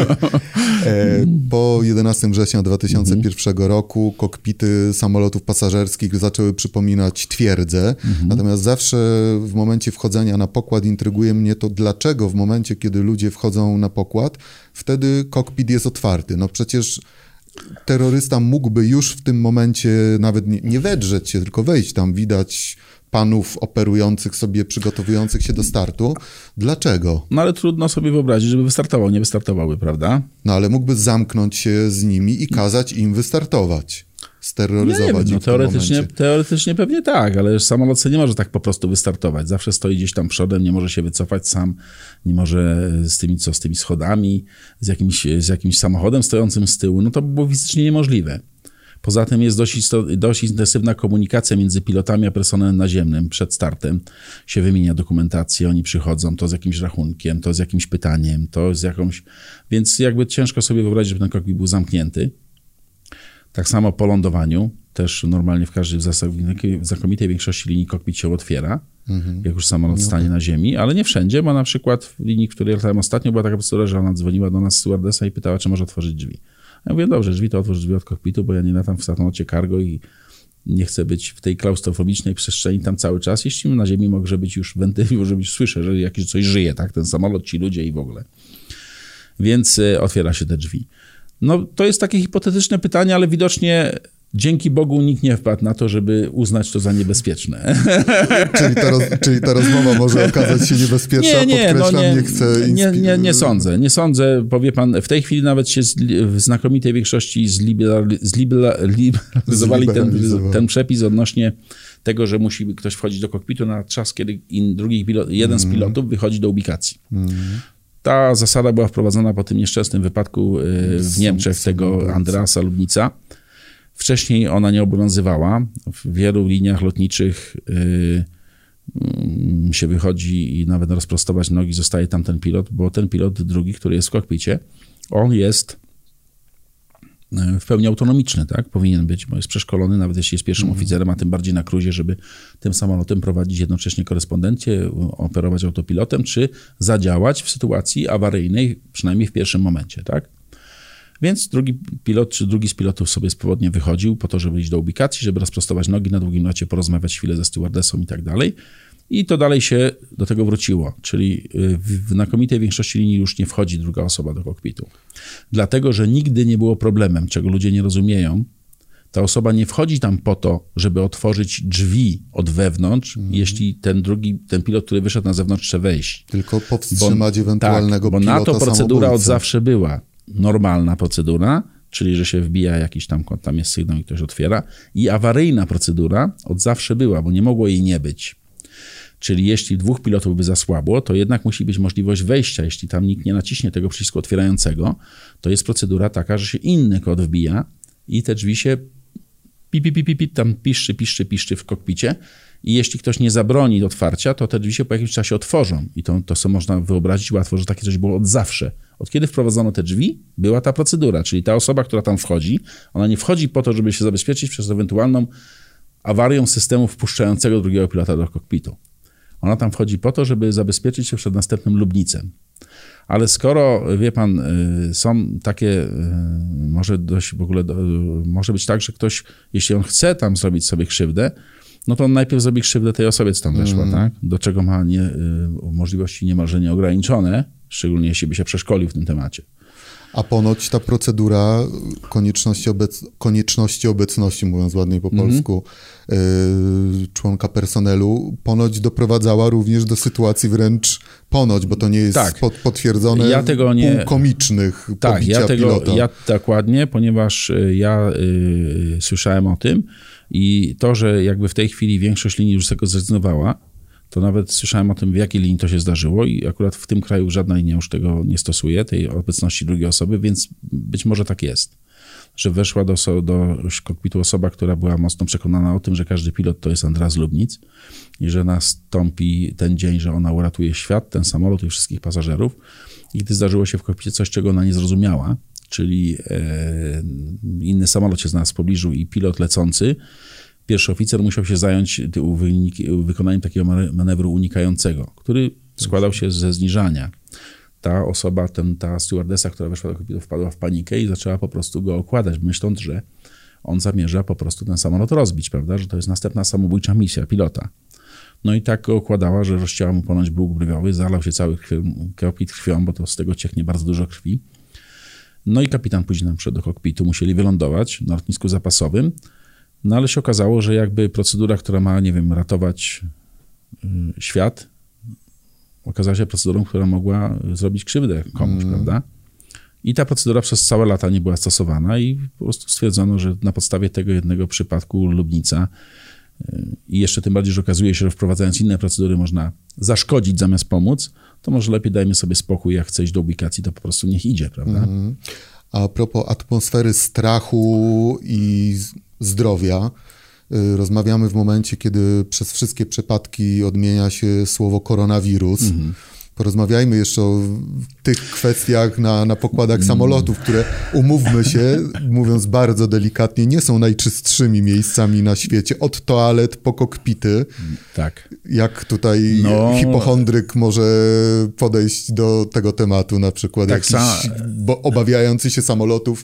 Po jedenastego września dwa tysiące pierwszego mm-hmm. roku kokpity samolotów pasażerskich zaczęły przypominać twierdzę, mm-hmm. natomiast zawsze w momencie wchodzenia na pokład intryguje mnie to, dlaczego w momencie, kiedy ludzie wchodzą na pokład, wtedy kokpit jest otwarty. No przecież terrorysta mógłby już w tym momencie nawet nie, nie wedrzeć się, tylko wejść tam. Widać panów operujących sobie, przygotowujących się do startu. Dlaczego? No ale trudno sobie wyobrazić, żeby wystartował. Nie wystartowały, prawda? No ale mógłby zamknąć się z nimi i kazać im wystartować. Steroryzować. Nie, no teoretycznie, teoretycznie pewnie tak, ale samolot nie może tak po prostu wystartować. Zawsze stoi gdzieś tam przodem, nie może się wycofać sam, nie może z tymi, co z tymi schodami, z jakimś, z jakimś samochodem stojącym z tyłu. No to było fizycznie niemożliwe. Poza tym jest dość, dość intensywna komunikacja między pilotami a personelem naziemnym. Przed startem się wymienia dokumentację, oni przychodzą, to z jakimś rachunkiem, to z jakimś pytaniem, to z jakąś... Więc jakby ciężko sobie wyobrazić, żeby ten kokpit był zamknięty. Tak samo po lądowaniu, też normalnie w każdej, w znakomitej większości linii kokpit się otwiera, mhm. jak już samolot stanie na ziemi, ale nie wszędzie, bo na przykład w linii, w której latałem ostatnio, była taka procedura, że ona dzwoniła do nas stewardessa i pytała, czy może otworzyć drzwi. Ja mówię, dobrze, drzwi to otwórz drzwi od kokpitu, bo ja nie latam w samolocie cargo i nie chcę być w tej klaustrofobicznej przestrzeni tam cały czas. Jeśli na ziemi może być już wentyl, może być, słyszę, że jakieś coś żyje, tak, ten samolot, ci ludzie i w ogóle. Więc y, otwiera się te drzwi. No to jest takie hipotetyczne pytanie, ale widocznie Dzięki Bogu nikt nie wpadł na to, żeby uznać to za niebezpieczne. czyli, ta roz, czyli ta rozmowa może okazać się niebezpieczna, nie, nie, podkreślam, no nie, nie chcę... Inspi- nie, nie, nie sądzę, nie sądzę, powie pan, w tej chwili nawet się w znakomitej większości zliberali, zliberalizowali ten, ten przepis odnośnie tego, że musi ktoś wchodzić do kokpitu na czas, kiedy in, drugi pilot, jeden mm. z pilotów wychodzi do ubikacji. Mm. Ta zasada była wprowadzona po tym nieszczęsnym wypadku w Niemczech tego Andreasa Lubnica. Wcześniej ona nie obowiązywała. W wielu liniach lotniczych yy, się wychodzi i nawet rozprostować nogi zostaje tam ten pilot, bo ten pilot drugi, który jest w kokpicie, on jest w pełni autonomiczny, tak? Powinien być, bo jest przeszkolony, nawet jeśli jest pierwszym mm. oficerem, a tym bardziej na cruzie, żeby tym samolotem prowadzić jednocześnie korespondencję, operować autopilotem, czy zadziałać w sytuacji awaryjnej, przynajmniej w pierwszym momencie, tak? Więc drugi pilot, czy drugi z pilotów sobie swobodnie wychodził po to, żeby iść do ubikacji, żeby rozprostować nogi na długim locie, porozmawiać chwilę ze stewardessą i tak dalej. I to dalej się do tego wróciło, czyli w znakomitej większości linii już nie wchodzi druga osoba do kokpitu. Dlatego, że nigdy nie było problemem, czego ludzie nie rozumieją. Ta osoba nie wchodzi tam po to, żeby otworzyć drzwi od wewnątrz, mm. jeśli ten drugi, ten pilot, który wyszedł na zewnątrz, chce wejść. Tylko powstrzymać bo, ewentualnego tak, pilota bo na to procedura samobójcę. Od zawsze była. Normalna procedura, czyli że się wbija jakiś tam, tam jest sygnał i ktoś otwiera. I awaryjna procedura od zawsze była, bo nie mogło jej nie być. Czyli jeśli dwóch pilotów by zasłabło, to jednak musi być możliwość wejścia. Jeśli tam nikt nie naciśnie tego przycisku otwierającego, to jest procedura taka, że się inny kod wbija i te drzwi się pi, pi, pi, pi, pi, tam piszczy, piszczy, piszczy w kokpicie. I jeśli ktoś nie zabroni otwarcia, to te drzwi się po jakimś czasie otworzą. I to, to sobie można wyobrazić łatwo, że takie coś było od zawsze. Od kiedy wprowadzono te drzwi, była ta procedura. Czyli ta osoba, która tam wchodzi, ona nie wchodzi po to, żeby się zabezpieczyć przed ewentualną awarią systemu wpuszczającego drugiego pilota do kokpitu. Ona tam wchodzi po to, żeby zabezpieczyć się przed następnym lubnicem. Ale skoro, wie pan, są takie, może dość w ogóle, może być tak, że ktoś, jeśli on chce tam zrobić sobie krzywdę, no to on najpierw zrobi krzywdę tej osobie, co tam weszła, mm. tak? Do czego ma nie, możliwości niemalże nieograniczone, szczególnie jeśli by się przeszkolił w tym temacie. A ponoć ta procedura konieczności, obec... konieczności obecności, mówiąc ładniej po mm-hmm. polsku, yy, członka personelu, ponoć doprowadzała również do sytuacji wręcz ponoć, bo to nie jest tak. pod, potwierdzone ja tego nie... półkomicznych tak, pobicia ja tego, pilota. Ja dokładnie, ponieważ ja yy, słyszałem o tym i to, że jakby w tej chwili większość linii już z tego zrezygnowała, to nawet słyszałem o tym, w jakiej linii to się zdarzyło i akurat w tym kraju żadna linia już tego nie stosuje, tej obecności drugiej osoby, więc być może tak jest, że weszła do, do kokpitu osoba, która była mocno przekonana o tym, że każdy pilot to jest Andreas Lubnic i że nastąpi ten dzień, że ona uratuje świat, ten samolot i wszystkich pasażerów. I gdy zdarzyło się w kokpicie coś, czego ona nie zrozumiała, czyli e, inny samolot się znalazł w pobliżu i pilot lecący, pierwszy oficer musiał się zająć wykonaniem takiego manewru unikającego, który składał się ze zniżania. Ta osoba, ten, ta stewardessa, która weszła do kokpitu, wpadła w panikę i zaczęła po prostu go okładać, myśląc, że on zamierza po prostu ten samolot rozbić, prawda, że to jest następna samobójcza misja pilota. No i tak go okładała, że rozcięła mu ponoć brzuch brwiowy, zalał się cały krwią, kokpit krwią, bo to z tego cieknie bardzo dużo krwi. No i kapitan później nam wszedł do kokpitu, musieli wylądować na lotnisku zapasowym. No ale się okazało, że jakby procedura, która ma, nie wiem, ratować y, świat, okazała się procedurą, która mogła zrobić krzywdę komuś, mm. prawda? I ta procedura przez całe lata nie była stosowana i po prostu stwierdzono, że na podstawie tego jednego przypadku Lubnica y, i jeszcze tym bardziej, że okazuje się, że wprowadzając inne procedury można zaszkodzić zamiast pomóc, to może lepiej dajmy sobie spokój, jak chce iść do ubikacji, to po prostu niech idzie, prawda? Mm. A propos atmosfery strachu i zdrowia, rozmawiamy w momencie, kiedy przez wszystkie przypadki odmienia się słowo koronawirus. Mm-hmm. Porozmawiajmy jeszcze o tych kwestiach na, na pokładach mm. samolotów, które, umówmy się, mówiąc bardzo delikatnie, nie są najczystszymi miejscami na świecie. Od toalet po kokpity. Tak. Jak tutaj no. hipochondryk może podejść do tego tematu, na przykład tak jakiś, sa- bo obawiający się samolotów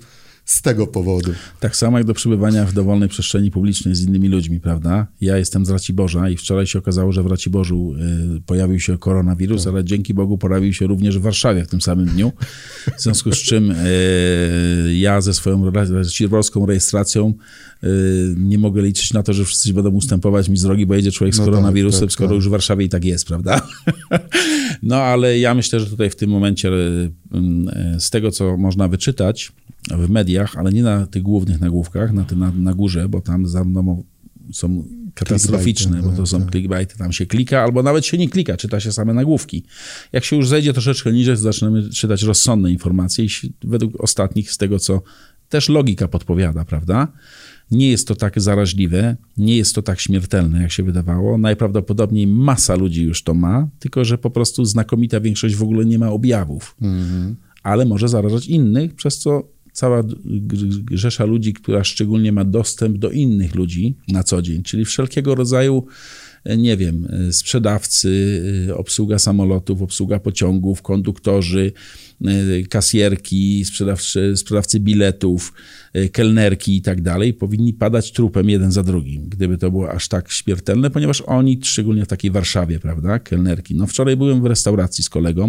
z tego powodu. Tak samo jak do przebywania w dowolnej przestrzeni publicznej z innymi ludźmi, prawda? Ja jestem z Raciborza i wczoraj się okazało, że w Raciborzu y, pojawił się koronawirus, tak. ale dzięki Bogu pojawił się również w Warszawie w tym samym dniu. W związku z czym y, ja ze swoją raciborską rejestracją y, nie mogę liczyć na to, że wszyscy będą ustępować mi z drogi, bo jedzie człowiek z no koronawirusem, tak, tak, skoro tak. już w Warszawie i tak jest, prawda? No ale ja myślę, że tutaj w tym momencie y, y, z tego, co można wyczytać w mediach, ale nie na tych głównych nagłówkach, na, ty, na, na górze, bo tam za mną są katastroficzne, bo to są clickbaity, tam się klika, albo nawet się nie klika, czyta się same nagłówki. Jak się już zejdzie troszeczkę niżej, to zaczynamy czytać rozsądne informacje i według ostatnich, z tego co też logika podpowiada, prawda? Nie jest to tak zaraźliwe, nie jest to tak śmiertelne, jak się wydawało. Najprawdopodobniej masa ludzi już to ma, tylko że po prostu znakomita większość w ogóle nie ma objawów. Mm-hmm. Ale może zarażać innych, przez co cała rzesza ludzi, która szczególnie ma dostęp do innych ludzi na co dzień, czyli wszelkiego rodzaju, nie wiem, sprzedawcy, obsługa samolotów, obsługa pociągów, konduktorzy, kasjerki, sprzedawcy, sprzedawcy biletów, kelnerki i tak dalej, powinni padać trupem jeden za drugim, gdyby to było aż tak śmiertelne, ponieważ oni, szczególnie w takiej Warszawie, prawda, kelnerki. No wczoraj byłem w restauracji z kolegą.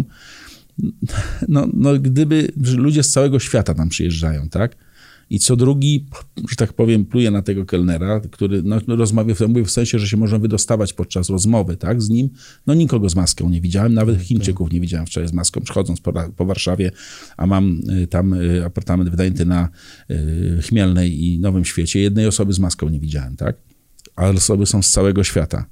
No, no gdyby ludzie z całego świata tam przyjeżdżają, tak? I co drugi, że tak powiem, pluje na tego kelnera, który no, rozmawia, mówię w sensie, że się można wydostawać podczas rozmowy, tak, z nim. No nikogo z maską nie widziałem, nawet Chińczyków nie widziałem wczoraj z maską, przechodząc po, po Warszawie, a mam tam apartament wynajęty na y, Chmielnej i Nowym Świecie. Jednej osoby z maską nie widziałem, tak? Ale osoby są z całego świata.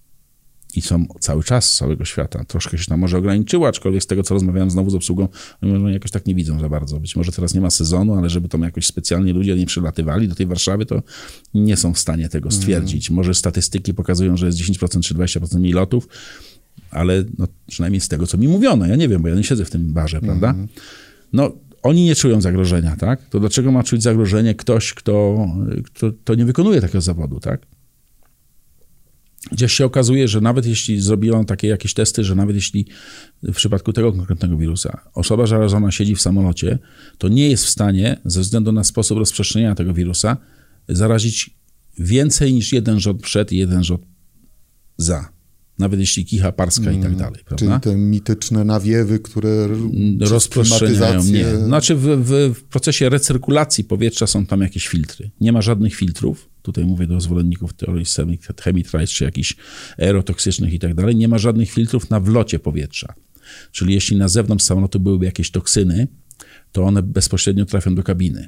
I są cały czas z całego świata. Troszkę się tam może ograniczyło, aczkolwiek z tego, co rozmawiałem znowu z obsługą, oni jakoś tak nie widzą za bardzo. Być może teraz nie ma sezonu, ale żeby tam jakoś specjalnie ludzie nie przylatywali do tej Warszawy, to nie są w stanie tego stwierdzić. Mm. Może statystyki pokazują, że jest dziesięć procent czy dwadzieścia procent mniej lotów, ale no, przynajmniej z tego, co mi mówiono. Ja nie wiem, bo ja nie siedzę w tym barze, mm. prawda? No, oni nie czują zagrożenia, tak? To dlaczego ma czuć zagrożenie ktoś, kto, kto, kto nie wykonuje takiego zawodu, tak? Gdzieś się okazuje, że nawet jeśli zrobiono takie jakieś testy, że nawet jeśli w przypadku tego konkretnego wirusa osoba zarażona siedzi w samolocie, to nie jest w stanie ze względu na sposób rozprzestrzeniania tego wirusa zarazić więcej niż jeden rząd przed i jeden rząd za. Nawet jeśli kicha parska hmm, i tak dalej, prawda? Czyli te mityczne nawiewy, które rozprzestrzeniają. Nie. Znaczy w, w, w procesie recyrkulacji powietrza są tam jakieś filtry. Nie ma żadnych filtrów. Tutaj mówię do zwolenników teorii chemitrals, czy jakichś aerotoksycznych i tak dalej. Nie ma żadnych filtrów na wlocie powietrza. Czyli jeśli na zewnątrz samolotu byłyby jakieś toksyny, to one bezpośrednio trafią do kabiny.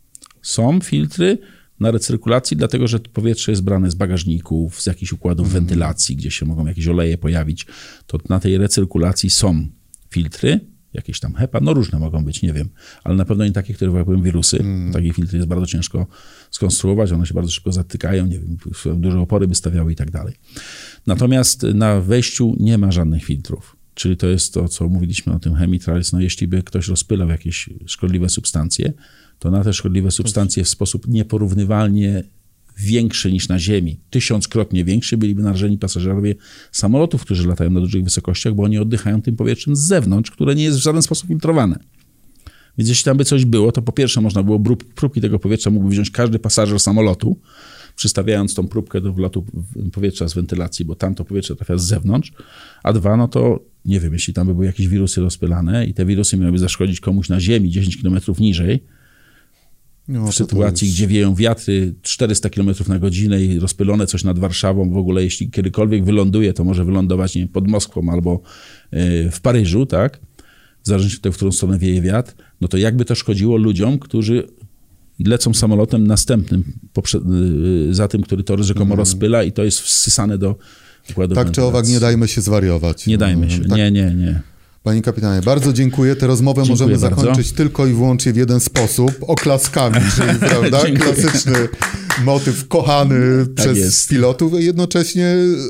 Są filtry na recyrkulacji, dlatego że powietrze jest brane z bagażników, z jakichś układów mm. wentylacji, gdzie się mogą jakieś oleje pojawić. To na tej recyrkulacji są filtry, jakieś tam HEPA, no różne mogą być, nie wiem, ale na pewno nie takie, które wyłapują wirusy. Mm. Takie filtry jest bardzo ciężko skonstruować, one się bardzo szybko zatykają, nie wiem, duże opory by stawiały i tak dalej. Natomiast na wejściu nie ma żadnych filtrów. Czyli to jest to, co mówiliśmy o tym chemitrals. No jeśli by ktoś rozpylał jakieś szkodliwe substancje, to na te szkodliwe substancje w sposób nieporównywalnie większy niż na Ziemi, tysiąckrotnie większy, byliby narażeni pasażerowie samolotów, którzy latają na dużych wysokościach, bo oni oddychają tym powietrzem z zewnątrz, które nie jest w żaden sposób filtrowane. Więc jeśli tam by coś było, to po pierwsze można było próbki tego powietrza mógłby wziąć każdy pasażer samolotu, przystawiając tą próbkę do wlotu powietrza z wentylacji, bo tam to powietrze trafia z zewnątrz, a dwa, no to nie wiem, jeśli tam by były jakieś wirusy rozpylane i te wirusy miałyby zaszkodzić komuś na Ziemi dziesięć kilometrów niżej, no, w sytuacji, jest... gdzie wieją wiatry czterysta kilometrów na godzinę i rozpylone coś nad Warszawą, w ogóle jeśli kiedykolwiek wyląduje, to może wylądować nie wiem, pod Moskwą albo yy, w Paryżu, tak? W zależności od tego, w którą stronę wieje wiatr, no to jakby to szkodziło ludziom, którzy lecą samolotem następnym poprze- za tym, który to rzekomo mm. rozpyla i to jest wsysane do układu Tak czy owak, nie dajmy się zwariować. Nie dajmy się, tak. nie, nie, nie. Panie kapitanie, bardzo dziękuję. Tę rozmowę dziękuję możemy bardzo. zakończyć tylko i wyłącznie w jeden sposób, oklaskami, czyli prawda, klasyczny motyw kochany tak przez jest. pilotów. Jednocześnie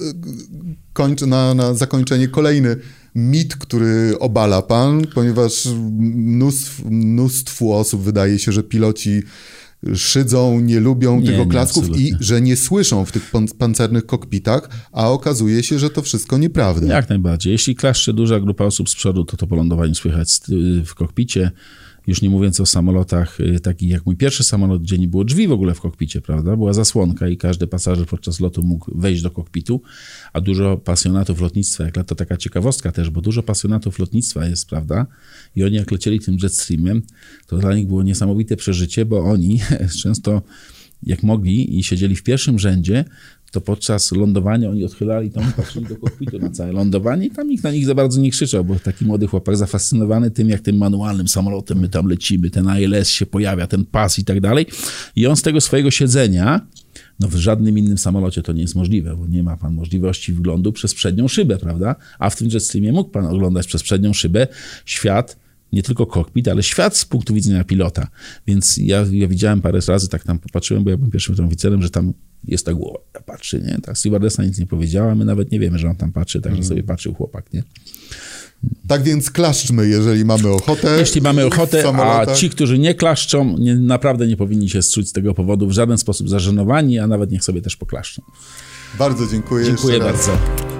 kończy na, na zakończenie kolejny mit, który obala pan, ponieważ mnóstw, mnóstwu osób wydaje się, że piloci szydzą, nie lubią nie, tych oklasków nie, i że nie słyszą w tych pancernych kokpitach, a okazuje się, że to wszystko nieprawda. Jak najbardziej. Jeśli klaszcze duża grupa osób z przodu, to to po lądowaniu słychać w kokpicie. Już nie mówiąc o samolotach takich jak mój pierwszy samolot, gdzie nie było drzwi w ogóle w kokpicie, prawda? Była zasłonka i każdy pasażer podczas lotu mógł wejść do kokpitu, a dużo pasjonatów lotnictwa, jak to taka ciekawostka też, bo dużo pasjonatów lotnictwa jest, prawda? I oni jak lecieli tym jetstreamem, to dla nich było niesamowite przeżycie, bo oni często jak mogli i siedzieli w pierwszym rzędzie, to podczas lądowania oni odchylali tam, patrzyli do kokpitu na całe lądowanie i tam nikt na nich za bardzo nie krzyczał, bo taki młody chłopak zafascynowany tym, jak tym manualnym samolotem my tam lecimy, ten A L S się pojawia, ten pas i tak dalej. I on z tego swojego siedzenia, no w żadnym innym samolocie to nie jest możliwe, bo nie ma pan możliwości wglądu przez przednią szybę, prawda? A w tym jetstreamie mógł pan oglądać przez przednią szybę świat, nie tylko kokpit, ale świat z punktu widzenia pilota. Więc ja, ja widziałem parę razy, tak tam popatrzyłem, bo ja byłem pierwszym oficerem, że tam jest ta głowa, patrzy, nie? Ta stewardessa nic nie powiedziała, my nawet nie wiemy, że on tam patrzy, także sobie patrzył chłopak, nie? Tak więc klaszczmy, jeżeli mamy ochotę. Jeśli mamy ochotę, a ci, którzy nie klaszczą, nie, naprawdę nie powinni się czuć z tego powodu w żaden sposób zażenowani, a nawet niech sobie też poklaszczą. Bardzo dziękuję. Dziękuję bardzo.